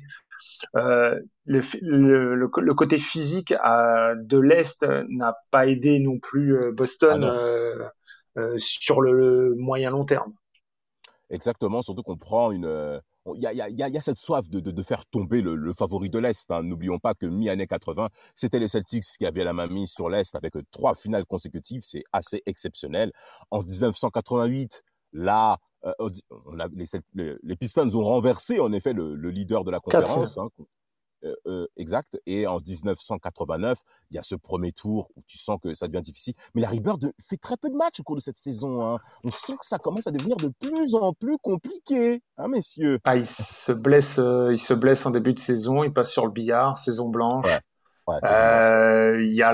Le côté physique de l'Est n'a pas aidé non plus Boston sur le moyen long terme. Exactement, surtout qu'on prend une... Il y a cette soif de faire tomber le favori de l'Est. Hein. N'oublions pas que mi-année 80, c'était les Celtics qui avaient la main mise sur l'Est avec 3 finales consécutives. C'est assez exceptionnel. En 1988, là, les Pistons ont renversé en effet le leader de la conférence. Hein. Exact. Et en 1989, il y a ce premier tour où tu sens que ça devient difficile. Mais Larry Bird fait très peu de matchs au cours de cette saison. Hein. On sent que ça commence à devenir de plus en plus compliqué, hein, messieurs. Ah, il se blesse en début de saison. Il passe sur le billard, saison blanche. Il y a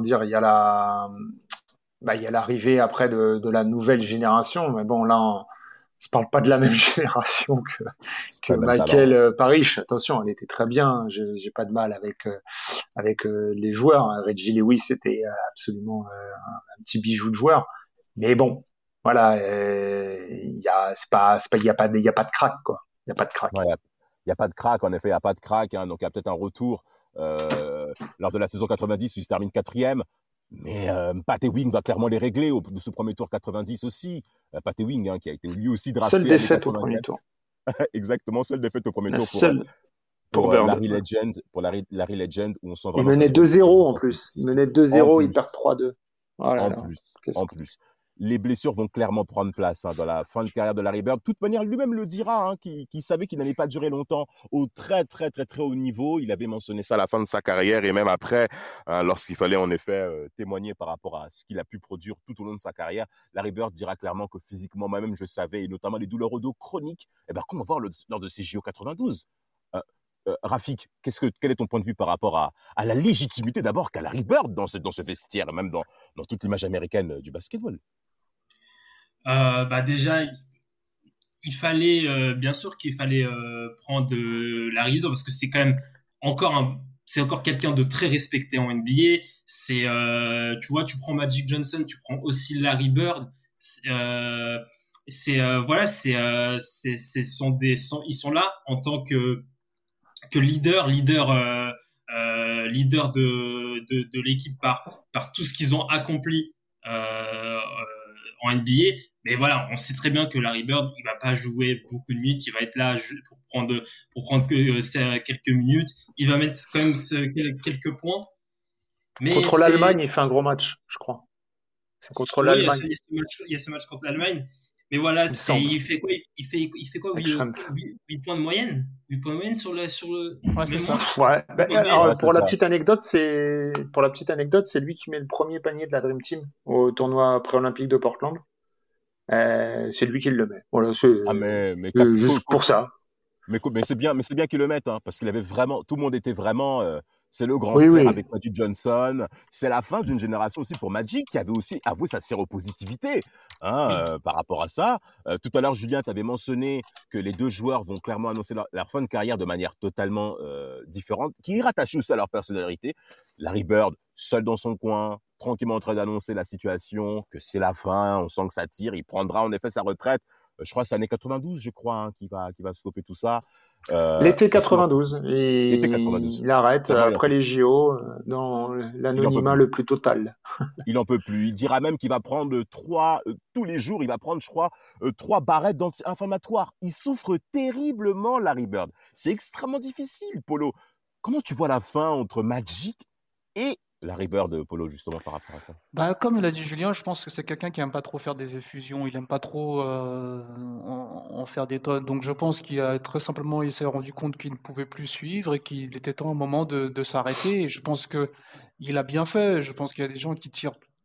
l'arrivée après de la nouvelle génération. Mais bon, là, on se parle pas de la même génération que Michael Parrish. Attention, elle était très bien. J'ai pas de mal avec les joueurs. Reggie Lewis était absolument un petit bijou de joueur. Mais bon, voilà, il y a pas de crack, quoi. Il y a pas de crack. Il y a pas de crack, en effet, il y a pas de crack. Hein, donc il y a peut-être un retour lors de la saison 90 où il se termine 4e. Mais Pat Ewing va clairement les régler de ce premier tour 90 aussi. Pat Ewing, hein, qui a été lui aussi drafté. Seule défaite au premier tour. Exactement, seule défaite au premier tour pour Larry Legend, où on sent vraiment. Il menait 2-0 en plus. Il menait 2-0, il perd 3-2. En plus. Les blessures vont clairement prendre place dans la fin de carrière de Larry Bird. De toute manière, lui-même le dira, hein, qu'il savait qu'il n'allait pas durer longtemps au très, très, très, très haut niveau. Il avait mentionné ça à la fin de sa carrière et même après, lorsqu'il fallait en effet témoigner par rapport à ce qu'il a pu produire tout au long de sa carrière. Larry Bird dira clairement que physiquement, moi-même, je savais, et notamment les douleurs au dos chroniques, qu'on va voir lors de ces JO 92. Rafik, quel est ton point de vue par rapport à la légitimité d'abord qu'a Larry Bird dans ce vestiaire, même dans toute l'image américaine du basketball? Déjà, il fallait, bien sûr qu'il fallait prendre Larry Bird parce que c'est quand même encore quelqu'un de très respecté en NBA. Tu vois, tu prends Magic Johnson, tu prends aussi Larry Bird. Ils sont là en tant que leader de l'équipe par tout ce qu'ils ont accompli en NBA. Mais voilà, on sait très bien que Larry Bird, il va pas jouer beaucoup de minutes, il va être là pour prendre quelques minutes. Il va mettre quand même quelques points. Mais contre l'Allemagne, il fait un gros match, je crois. C'est contre l'Allemagne. Il y a ce match contre l'Allemagne. Mais voilà, il fait quoi? Il fait quoi? 8 points de moyenne? 8 points de moyenne sur le. Ouais, c'est ça. Ouais. Alors, pour la petite anecdote, c'est lui qui met le premier panier de la Dream Team au tournoi pré-olympique de Portland. C'est lui qui le met. Voilà, c'est juste pour ça. Mais c'est bien qu'il le mette, hein, parce qu'il avait vraiment, tout le monde était vraiment. C'est le grand frère avec Magic Johnson. C'est la fin d'une génération aussi pour Magic qui avait aussi avoué sa séropositivité par rapport à ça. Tout à l'heure, Julien, tu avais mentionné que les deux joueurs vont clairement annoncer leur fin de carrière de manière totalement différente, qui est rattachée aussi à leur personnalité. Larry Bird, seul dans son coin, tranquillement en train d'annoncer la situation, que c'est la fin, on sent que ça tire. Il prendra en effet sa retraite. Je crois que c'est l'année 92, je crois, qui va stopper tout ça. L'été 92. Il arrête après les JO dans l'anonymat le plus total. Il en peut plus. Il dira même qu'il va prendre tous les jours, il va prendre, je crois, 3 barrettes anti-inflammatoires. Il souffre terriblement, Larry Bird. C'est extrêmement difficile, Polo. Comment tu vois la fin entre Magic et Larry Bird, Polo, justement, par rapport à ça? Comme il a dit Julien, je pense que c'est quelqu'un qui aime pas trop faire des effusions, il aime pas trop en faire des tonnes. Donc je pense qu'il a très simplement, il s'est rendu compte qu'il ne pouvait plus suivre et qu'il était temps un moment de s'arrêter. Et je pense que il a bien fait. Je pense qu'il y a des gens qui tirent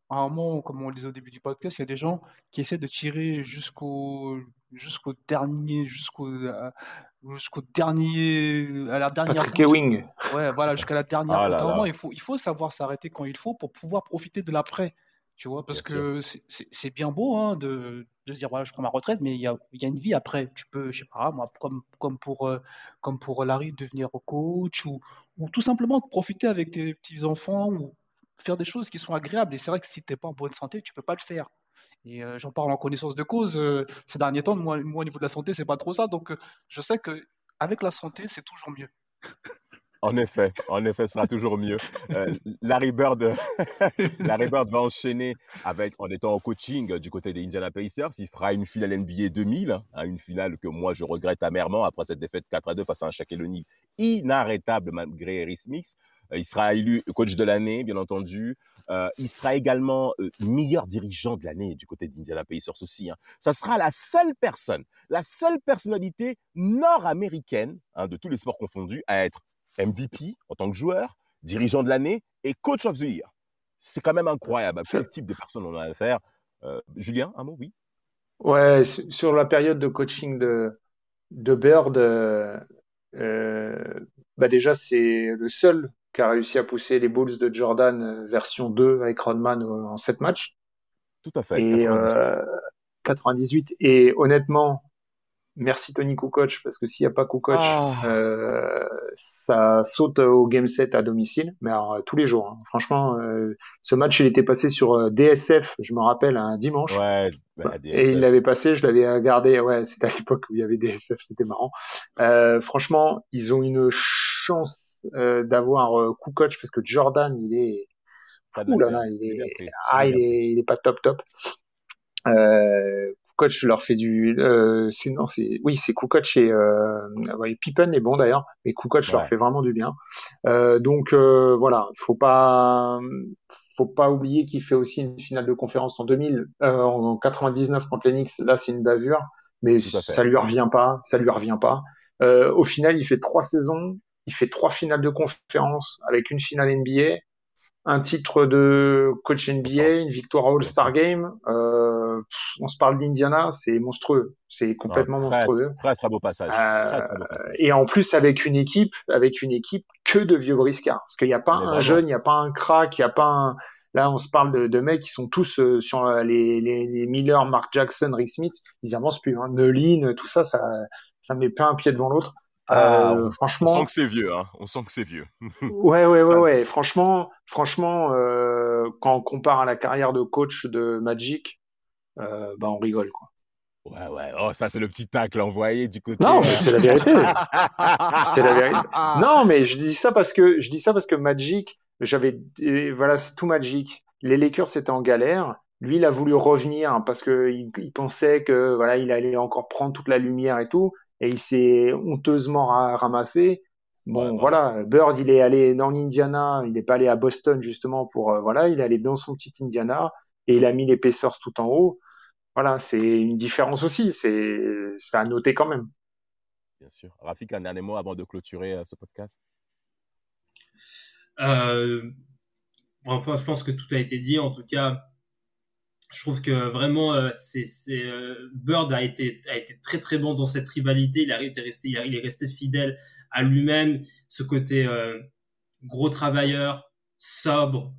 à un moment, comme on le disait au début du podcast, il y a des gens qui essaient de tirer jusqu'au dernier, jusqu'au dernier, à la dernière Patrick goutte. Ewing. Ouais, voilà, jusqu'à la dernière Ah goutte. là À un moment, là, il faut savoir s'arrêter quand il faut pour pouvoir profiter de l'après. Tu vois, parce bien sûr. que c'est bien beau hein, de se dire, voilà, je prends ma retraite, mais il y a une vie après. Tu peux, je sais pas, moi, comme pour Larry, devenir coach ou tout simplement profiter avec tes petits-enfants ou faire des choses qui sont agréables. Et c'est vrai que si tu n'es pas en bonne santé, tu peux pas le faire. Et j'en parle en connaissance de cause. Ces derniers temps, moi, au niveau de la santé, c'est pas trop ça. Donc, je sais que avec la santé, c'est toujours mieux. En effet, ce sera toujours mieux. Larry Bird, Larry Bird va enchaîner en étant en coaching du côté des Indiana Pacers. Il fera une finale NBA 2000, hein, une finale que moi je regrette amèrement après cette défaite 4-2 face à un Shaquille O'Neal inarrêtable malgré Harry Smith. Il sera élu coach de l'année, bien entendu. Il sera également meilleur dirigeant de l'année du côté d'Indiana Pacers aussi. Hein. Ça sera la seule personnalité nord-américaine, hein, de tous les sports confondus, à être MVP en tant que joueur, dirigeant de l'année et coach of the year. C'est quand même incroyable. Quel type de personne on a à faire. Julien, un mot, oui. Ouais, sur la période de coaching de Bird, bah déjà c'est le seul qui a réussi à pousser les Bulls de Jordan version 2 avec Rodman en 7 matchs. Tout à fait, Et 98. 98. Et honnêtement, merci Tony Kukoc, parce que s'il n'y a pas Kukoc, ça saute au game set à domicile, mais alors, tous les jours. Hein. Franchement, ce match, il était passé sur DSF, je me rappelle, un dimanche. Ouais, Et il DSF. l'avait passé, je l'avais regardé. Ouais, c'était à l'époque où il y avait DSF, c'était marrant. Franchement, ils ont une chance d'avoir Kukoc, parce que Jordan, il est... Pas de la Ouh là là, scène. Il est bien pris. il est pas top. Kukoc leur fait c'est Kukoc et ouais, Pippen est bon d'ailleurs, mais Kukoc leur Ouais, fait vraiment du bien. Donc voilà, faut pas oublier qu'il fait aussi une finale de conférence en 2000, en 99 contre les Knicks. Là, c'est une bavure, mais tout à fait. ça lui revient pas. Au final, il fait 3 saisons, il fait 3 finales de conférence avec une finale NBA, un titre de coach NBA, une victoire à All-Star Game. On se parle d'Indiana, c'est monstrueux, c'est Non, complètement très, monstrueux. très, très beau passage. Très, très beau passage. Et en plus avec une équipe que de vieux briscards, parce qu'il n'y a pas Mais un vraiment. jeune, il n'y a pas un crack, il n'y a pas un. Là, on se parle de mecs qui sont tous sur les Miller, Mark Jackson, Rick Smith, ils avancent plus. Hein. Neulin, tout ça, ça met pas un pied devant l'autre. On Franchement, sent que c'est vieux, hein. On sent que c'est vieux. ouais. Franchement, quand on compare à la carrière de coach de Magic, bah on rigole quoi. Ouais. Oh, ça, c'est le petit tacle envoyé du côté. Non, mais c'est la vérité. C'est la vérité. Non, mais je dis ça parce que Magic, voilà, c'est tout Magic. Les Lakers étaient en galère. Lui, il a voulu revenir parce que il pensait que voilà, il allait encore prendre toute la lumière et tout, et il s'est honteusement ramassé. Bon, Ouais, voilà, Bird, il est allé dans l'Indiana, il n'est pas allé à Boston justement pour voilà, il est allé dans son petit Indiana et il a mis les Pacers tout en haut. Voilà, c'est une différence aussi, c'est à noter quand même. bien sûr. Rafik, un dernier mot avant de clôturer ce podcast. Enfin, je pense que tout a été dit. En tout cas, je trouve que vraiment, Bird a été très très bon dans cette rivalité. Il est resté fidèle à lui-même. Ce côté gros travailleur, sobre.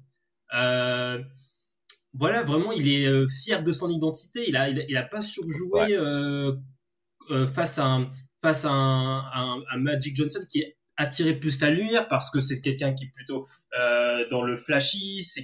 Voilà, vraiment, il est fier de son identité. Il a pas surjoué face à un Magic Johnson qui est attiré plus la lumière parce que c'est quelqu'un qui est plutôt dans le flashy, c'est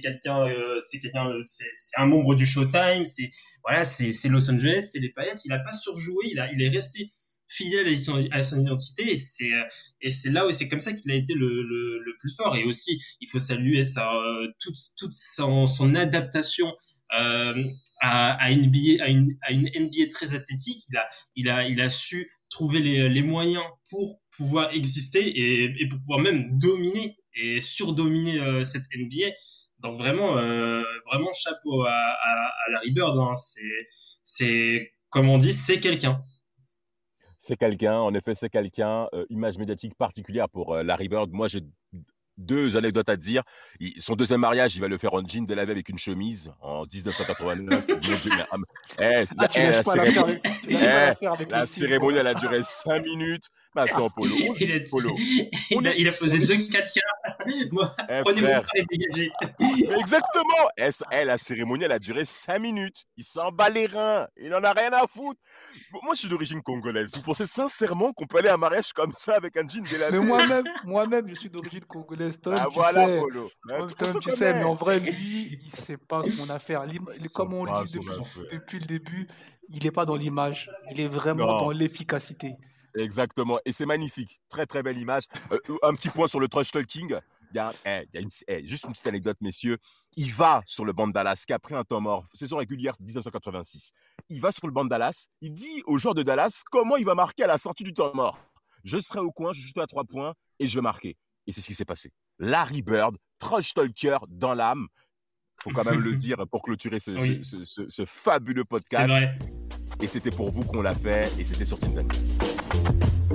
un membre du Showtime, c'est Los Angeles, c'est les paillettes. Il a pas surjoué, il est resté fidèle à son identité et c'est là où c'est comme ça qu'il a été le plus fort. Et aussi il faut saluer toute son adaptation à une NBA très athlétique. Il a su trouver les moyens pour pouvoir exister et pour pouvoir même dominer et surdominer cette NBA. Donc vraiment chapeau à Larry Bird. Hein. C'est comme on dit, c'est quelqu'un. C'est quelqu'un, en effet, c'est quelqu'un. Image médiatique particulière pour Larry Bird. Moi, j'ai 2 anecdotes à te dire. Son deuxième mariage, il va le faire en jean délavé avec une chemise en 1989. La cérémonie, elle a duré 5 minutes. Mais attends, Polo. Il a posé 2 4K. Prenez mon frère et dégagez. Exactement. La cérémonie, elle a duré 5 minutes. Il s'en bat les reins. Il en a rien à foutre. Moi, je suis d'origine congolaise. Vous pensez sincèrement qu'on peut aller à un mariage comme ça avec un jean délavé? Mais moi-même, je suis d'origine congolaise. Tom, Polo. Tom, tu sais, mais en vrai, lui, il sait pas son affaire. Comme on le dit depuis le début, il n'est pas dans l'image. Il est vraiment dans l'efficacité. Exactement. Et c'est magnifique. Très, très belle image. Un petit point sur le trash talking. Il y a juste une petite anecdote, messieurs. Il va sur le banc de Dallas, qu'après un temps mort, saison régulière 1986. Il va sur le banc de Dallas. Il dit aux joueurs de Dallas comment il va marquer à la sortie du temps mort. Je serai au coin, je suis à 3 points et je vais marquer. Et c'est ce qui s'est passé. Larry Bird, trash talker dans l'âme. Faut quand même le dire pour clôturer ce fabuleux podcast. C'est vrai. Et c'était pour vous qu'on l'a fait et c'était sur Tindercast.